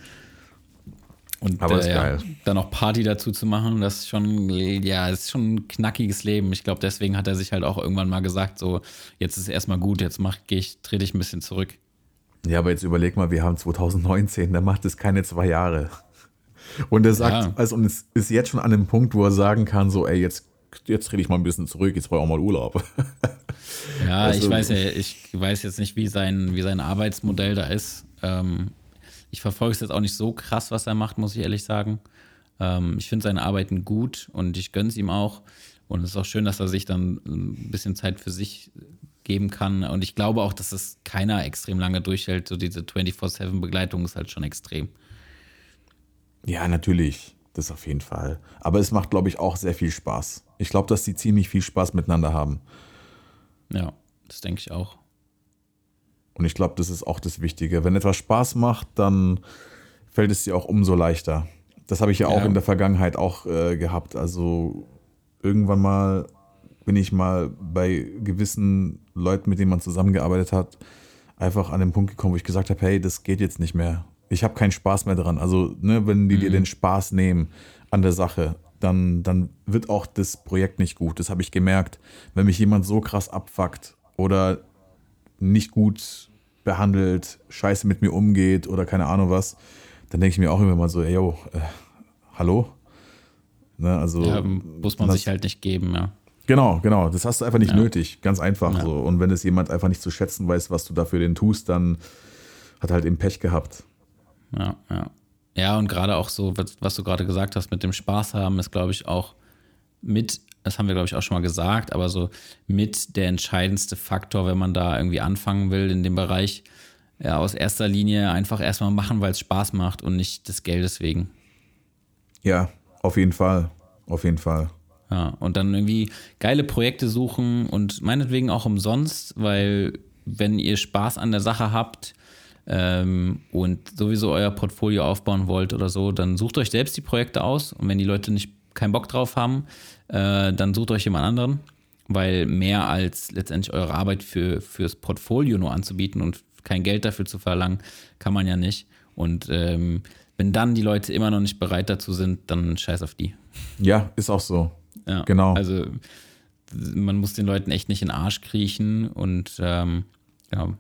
Und aber ist äh, geil. Ja, dann noch Party dazu zu machen, das ist schon, ja, ist schon ein knackiges Leben. Ich glaube, deswegen hat er sich halt auch irgendwann mal gesagt, so, jetzt ist erstmal gut, jetzt mach, geh ich, trete ich ein bisschen zurück. Ja, aber jetzt überleg mal, wir haben zwanzig neunzehn, der macht es keine zwei Jahre. Und er sagt, ja. also und es ist jetzt schon an dem Punkt, wo er sagen kann, so, ey, jetzt, jetzt trete ich mal ein bisschen zurück, jetzt brauche ich auch mal Urlaub. Ja, also, ich weiß ja, ich weiß jetzt nicht, wie sein, wie sein Arbeitsmodell da ist. Ähm, Ich verfolge es jetzt auch nicht so krass, was er macht, muss ich ehrlich sagen. Ähm, ich finde seine Arbeiten gut und ich gönne es ihm auch. Und es ist auch schön, dass er sich dann ein bisschen Zeit für sich geben kann. Und ich glaube auch, dass es keiner extrem lange durchhält. So diese vierundzwanzig sieben Begleitung ist halt schon extrem. Ja, natürlich. Das auf jeden Fall. Aber es macht, glaube ich, auch sehr viel Spaß. Ich glaube, dass die ziemlich viel Spaß miteinander haben. Ja, das denke ich auch. Und ich glaube, das ist auch das Wichtige. Wenn etwas Spaß macht, dann fällt es dir auch umso leichter. Das habe ich ja auch ja. in der Vergangenheit auch äh, gehabt. Also irgendwann mal bin ich mal bei gewissen Leuten, mit denen man zusammengearbeitet hat, einfach an den Punkt gekommen, wo ich gesagt habe, hey, das geht jetzt nicht mehr. Ich habe keinen Spaß mehr dran. Also ne, wenn die mhm. dir den Spaß nehmen an der Sache, dann, dann wird auch das Projekt nicht gut. Das habe ich gemerkt. Wenn mich jemand so krass abfuckt oder nicht gut behandelt, scheiße mit mir umgeht oder keine Ahnung was, dann denke ich mir auch immer mal so, ey, yo, äh, hallo? Ne, also, ja, muss man das, sich halt nicht geben, ja. Genau, genau, das hast du einfach nicht ja. nötig, ganz einfach ja. so. Und wenn es jemand einfach nicht zu schätzen weiß, was du dafür den tust, dann hat er halt eben Pech gehabt. Ja, ja. Ja, und gerade auch so, was, was du gerade gesagt hast, mit dem Spaß haben, ist, glaube ich, auch mit, das haben wir, glaube ich, auch schon mal gesagt, aber so mit der entscheidendste Faktor, wenn man da irgendwie anfangen will in dem Bereich, ja, aus erster Linie einfach erstmal machen, weil es Spaß macht und nicht des Geldes wegen. Ja, auf jeden Fall, auf jeden Fall. Ja, und dann irgendwie geile Projekte suchen und meinetwegen auch umsonst, weil wenn ihr Spaß an der Sache habt ähm, und sowieso euer Portfolio aufbauen wollt oder so, dann sucht euch selbst die Projekte aus und wenn die Leute nicht keinen Bock drauf haben, äh, dann sucht euch jemand anderen, weil mehr als letztendlich eure Arbeit für fürs Portfolio nur anzubieten und kein Geld dafür zu verlangen, kann man ja nicht. Und ähm, wenn dann die Leute immer noch nicht bereit dazu sind, dann scheiß auf die. Ja, ist auch so. Ja, genau. Also man muss den Leuten echt nicht in den Arsch kriechen und ähm, ja.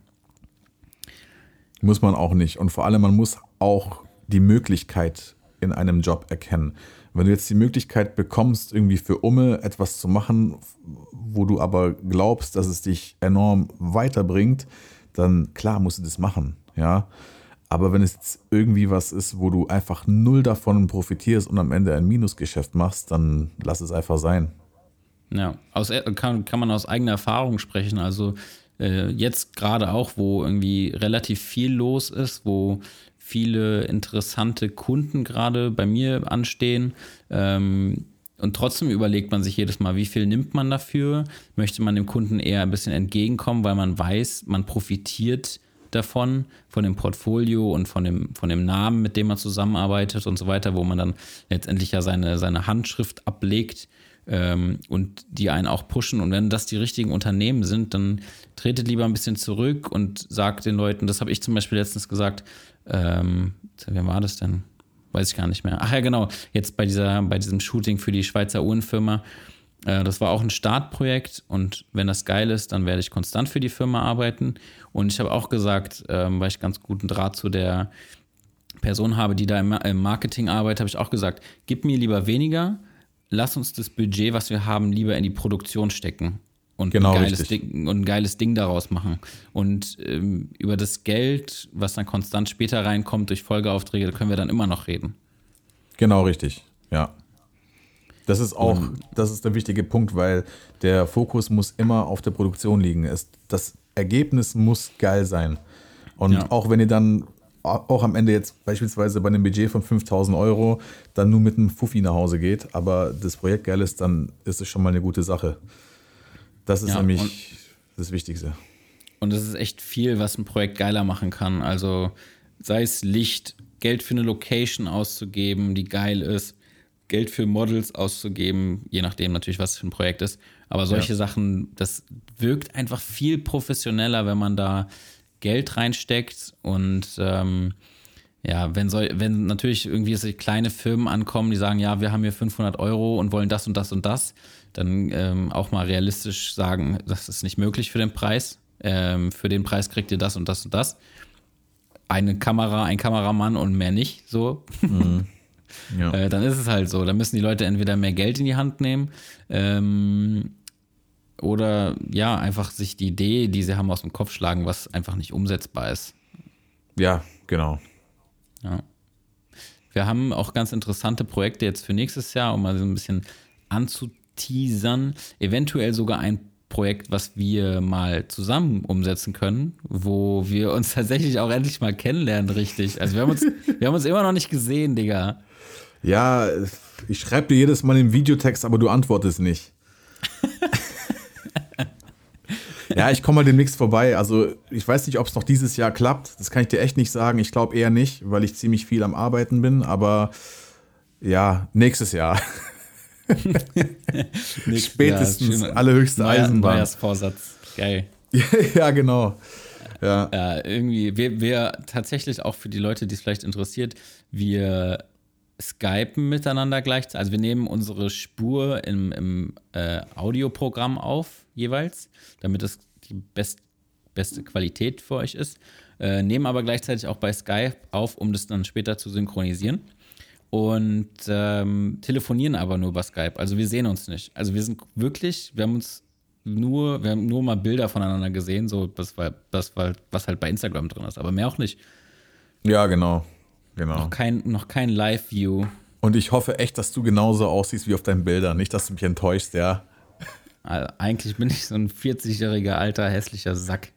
Muss man auch nicht. Und vor allem, man muss auch die Möglichkeit in einem Job erkennen. Wenn du jetzt die Möglichkeit bekommst, irgendwie für Umme etwas zu machen, wo du aber glaubst, dass es dich enorm weiterbringt, dann klar musst du das machen, ja. Aber wenn es jetzt irgendwie was ist, wo du einfach null davon profitierst und am Ende ein Minusgeschäft machst, dann lass es einfach sein. Ja, aus, kann, kann man aus eigener Erfahrung sprechen. Also äh, jetzt gerade auch, wo irgendwie relativ viel los ist, wo viele interessante Kunden gerade bei mir anstehen. Ähm, und trotzdem überlegt man sich jedes Mal, wie viel nimmt man dafür? Möchte man dem Kunden eher ein bisschen entgegenkommen, weil man weiß, man profitiert davon, von dem Portfolio und von dem, von dem Namen, mit dem man zusammenarbeitet und so weiter, wo man dann letztendlich ja seine, seine Handschrift ablegt ähm, und die einen auch pushen. Und wenn das die richtigen Unternehmen sind, dann tretet lieber ein bisschen zurück und sagt den Leuten, das habe ich zum Beispiel letztens gesagt, ähm, wer war das denn? Weiß ich gar nicht mehr. Ach ja, genau, jetzt bei dieser, bei diesem Shooting für die Schweizer Uhrenfirma, äh, das war auch ein Startprojekt und wenn das geil ist, dann werde ich konstant für die Firma arbeiten. Und ich habe auch gesagt, ähm, weil ich ganz guten Draht zu der Person habe, die da im, im Marketing arbeitet, habe ich auch gesagt, gib mir lieber weniger, lass uns das Budget, was wir haben, lieber in die Produktion stecken. Und, genau, ein geiles Ding, und ein geiles Ding daraus machen. Und ähm, über das Geld, was dann konstant später reinkommt durch Folgeaufträge, da können wir dann immer noch reden. Genau, richtig, ja. Das ist auch, um, das ist der wichtige Punkt, weil der Fokus muss immer auf der Produktion liegen. Es, das Ergebnis muss geil sein. Und ja. auch wenn ihr dann auch am Ende jetzt beispielsweise bei einem Budget von fünftausend Euro dann nur mit einem Fuffi nach Hause geht, aber das Projekt geil ist, dann ist es schon mal eine gute Sache. Das ist ja, nämlich das Wichtigste. Und es ist echt viel, was ein Projekt geiler machen kann. Also sei es Licht, Geld für eine Location auszugeben, die geil ist, Geld für Models auszugeben, je nachdem natürlich, was es für ein Projekt ist. Aber solche ja. Sachen, das wirkt einfach viel professioneller, wenn man da Geld reinsteckt. Und ähm, ja, wenn, soll, wenn natürlich irgendwie so kleine Firmen ankommen, die sagen, ja, wir haben hier fünfhundert Euro und wollen das und das und das, dann ähm, auch mal realistisch sagen, das ist nicht möglich für den Preis. Ähm, für den Preis kriegt ihr das und das und das. Eine Kamera, ein Kameramann und mehr nicht, so. Mhm. Ja. äh, dann ist es halt so. Dann müssen die Leute entweder mehr Geld in die Hand nehmen ähm, oder ja, einfach sich die Idee, die sie haben, aus dem Kopf schlagen, was einfach nicht umsetzbar ist. Ja, genau. Ja. Wir haben auch ganz interessante Projekte jetzt für nächstes Jahr, um mal so ein bisschen anzuteasern. Eventuell sogar ein Projekt, was wir mal zusammen umsetzen können, wo wir uns tatsächlich auch endlich mal kennenlernen, richtig. Also wir haben uns, wir haben uns immer noch nicht gesehen, Digga. Ja, ich schreibe dir jedes Mal den Videotext, aber du antwortest nicht. Ja, ich komme mal demnächst vorbei. Also ich weiß nicht, ob es noch dieses Jahr klappt. Das kann ich dir echt nicht sagen. Ich glaube eher nicht, weil ich ziemlich viel am Arbeiten bin. Aber ja, nächstes Jahr. Spätestens ja, allerhöchste Neuer, Eisenbahn. Neujahrsvorsatz. Geil. Ja, genau. Ja. Ja, irgendwie, wir, wir tatsächlich auch für die Leute, die es vielleicht interessiert, wir skypen miteinander gleichzeitig. Also wir nehmen unsere Spur im, im äh, Audioprogramm auf, jeweils, damit es die best, beste Qualität für euch ist. Äh, nehmen aber gleichzeitig auch bei Skype auf, um das dann später zu synchronisieren. Und ähm, telefonieren aber nur über Skype. Also wir sehen uns nicht. Also wir sind wirklich, wir haben uns nur, wir haben nur mal Bilder voneinander gesehen, so das war, das war, was halt bei Instagram drin ist, aber mehr auch nicht. Ja, genau. genau. Noch kein, noch kein Live-View. Und ich hoffe echt, dass du genauso aussiehst wie auf deinen Bildern. Nicht, dass du mich enttäuschst, ja. Also eigentlich bin ich so ein vierzigjähriger, alter, hässlicher Sack.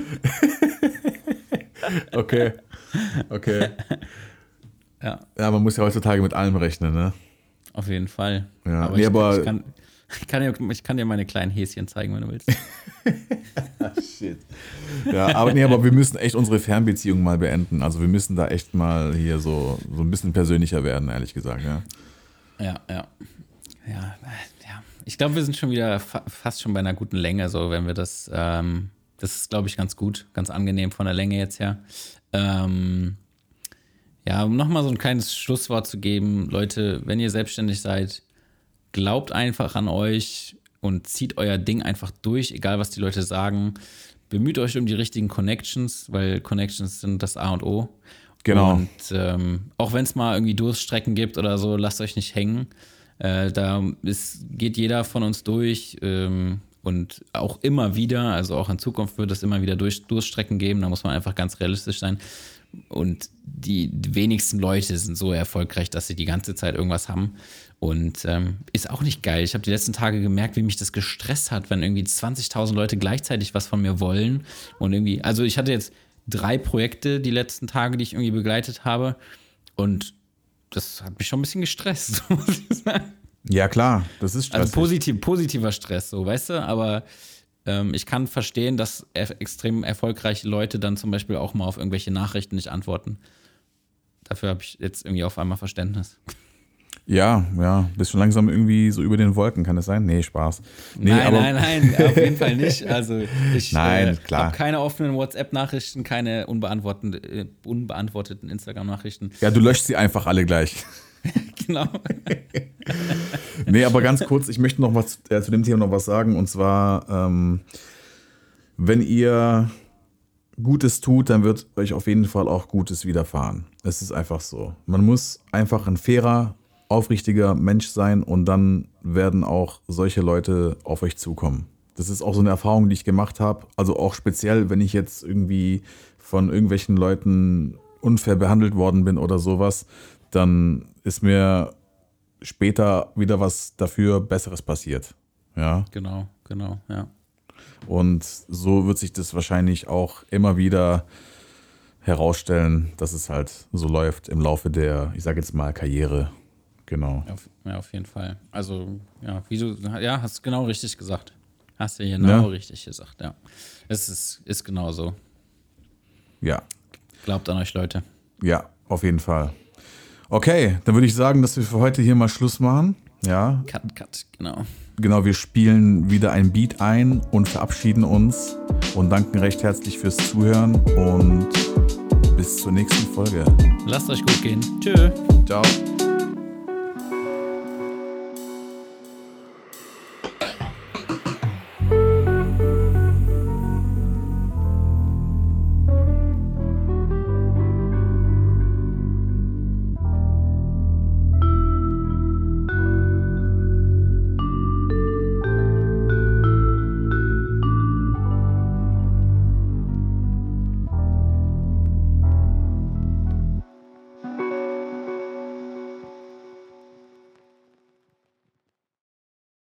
Okay. Okay. Ja. Ja, man muss ja heutzutage mit allem rechnen, ne? Auf jeden Fall. Ja, aber, nee, ich, aber ich, kann, ich, kann dir, ich kann dir meine kleinen Häschen zeigen, wenn du willst. Shit. Ja, aber nee, aber wir müssen echt unsere Fernbeziehung mal beenden. Also wir müssen da echt mal hier so, so ein bisschen persönlicher werden, ehrlich gesagt, ja. Ja, ja. Ja, ja. Ich glaube, wir sind schon wieder fa- fast schon bei einer guten Länge, so wenn wir das, ähm, das ist, glaube ich, ganz gut, ganz angenehm von der Länge jetzt her. Ähm, Ja, um nochmal so ein kleines Schlusswort zu geben, Leute, wenn ihr selbstständig seid, glaubt einfach an euch und zieht euer Ding einfach durch, egal was die Leute sagen. Bemüht euch um die richtigen Connections, weil Connections sind das A und O. Genau. Und ähm, auch wenn es mal irgendwie Durststrecken gibt oder so, lasst euch nicht hängen. Äh, da ist, geht jeder von uns durch ähm, und auch immer wieder, also auch in Zukunft wird es immer wieder durch, Durststrecken geben, da muss man einfach ganz realistisch sein. Und die, die wenigsten Leute sind so erfolgreich, dass sie die ganze Zeit irgendwas haben. Und ähm, ist auch nicht geil. Ich habe die letzten Tage gemerkt, wie mich das gestresst hat, wenn irgendwie zwanzigtausend Leute gleichzeitig was von mir wollen. Und irgendwie, also ich hatte jetzt drei Projekte die letzten Tage, die ich irgendwie begleitet habe. Und das hat mich schon ein bisschen gestresst, muss ich sagen. Ja, klar, das ist stressig. Also positiv, positiver Stress, so, weißt du? Aber ähm, ich kann verstehen, dass er, extrem erfolgreiche Leute dann zum Beispiel auch mal auf irgendwelche Nachrichten nicht antworten. Dafür habe ich jetzt irgendwie auf einmal Verständnis. Ja, ja, bist schon langsam irgendwie so über den Wolken, kann das sein? Nee, Spaß. Nee, nein, aber nein, nein, auf jeden Fall nicht. Also ich Nein, äh, klar. habe keine offenen WhatsApp-Nachrichten, keine unbeantworteten, äh, unbeantworteten Instagram-Nachrichten. Ja, du löscht sie einfach alle gleich. Genau. Nee, aber ganz kurz, ich möchte noch was äh, zu dem Thema noch was sagen. Und zwar, ähm, wenn ihr Gutes tut, dann wird euch auf jeden Fall auch Gutes widerfahren. Es ist einfach so. Man muss einfach ein fairer, aufrichtiger Mensch sein und dann werden auch solche Leute auf euch zukommen. Das ist auch so eine Erfahrung, die ich gemacht habe. Also auch speziell, wenn ich jetzt irgendwie von irgendwelchen Leuten unfair behandelt worden bin oder sowas, dann ist mir später wieder was dafür Besseres passiert. Ja. Genau, genau, ja. Und so wird sich das wahrscheinlich auch immer wieder herausstellen, dass es halt so läuft im Laufe der, ich sage jetzt mal, Karriere. Genau. Auf, ja, auf jeden Fall. Also, ja, wie du, ja, hast genau richtig gesagt. Hast du genau Ja. richtig gesagt, ja. Es ist, ist genau so. Ja, Glaubt an euch, Leute. ja, auf jeden Fall. Okay, dann würde ich sagen, dass wir für heute hier mal Schluss machen. Ja, Cut, cut, genau. genau, wir spielen wieder ein Beat ein und verabschieden uns und danken recht herzlich fürs Zuhören und bis zur nächsten Folge. Lasst euch gut gehen. Tschö. Ciao.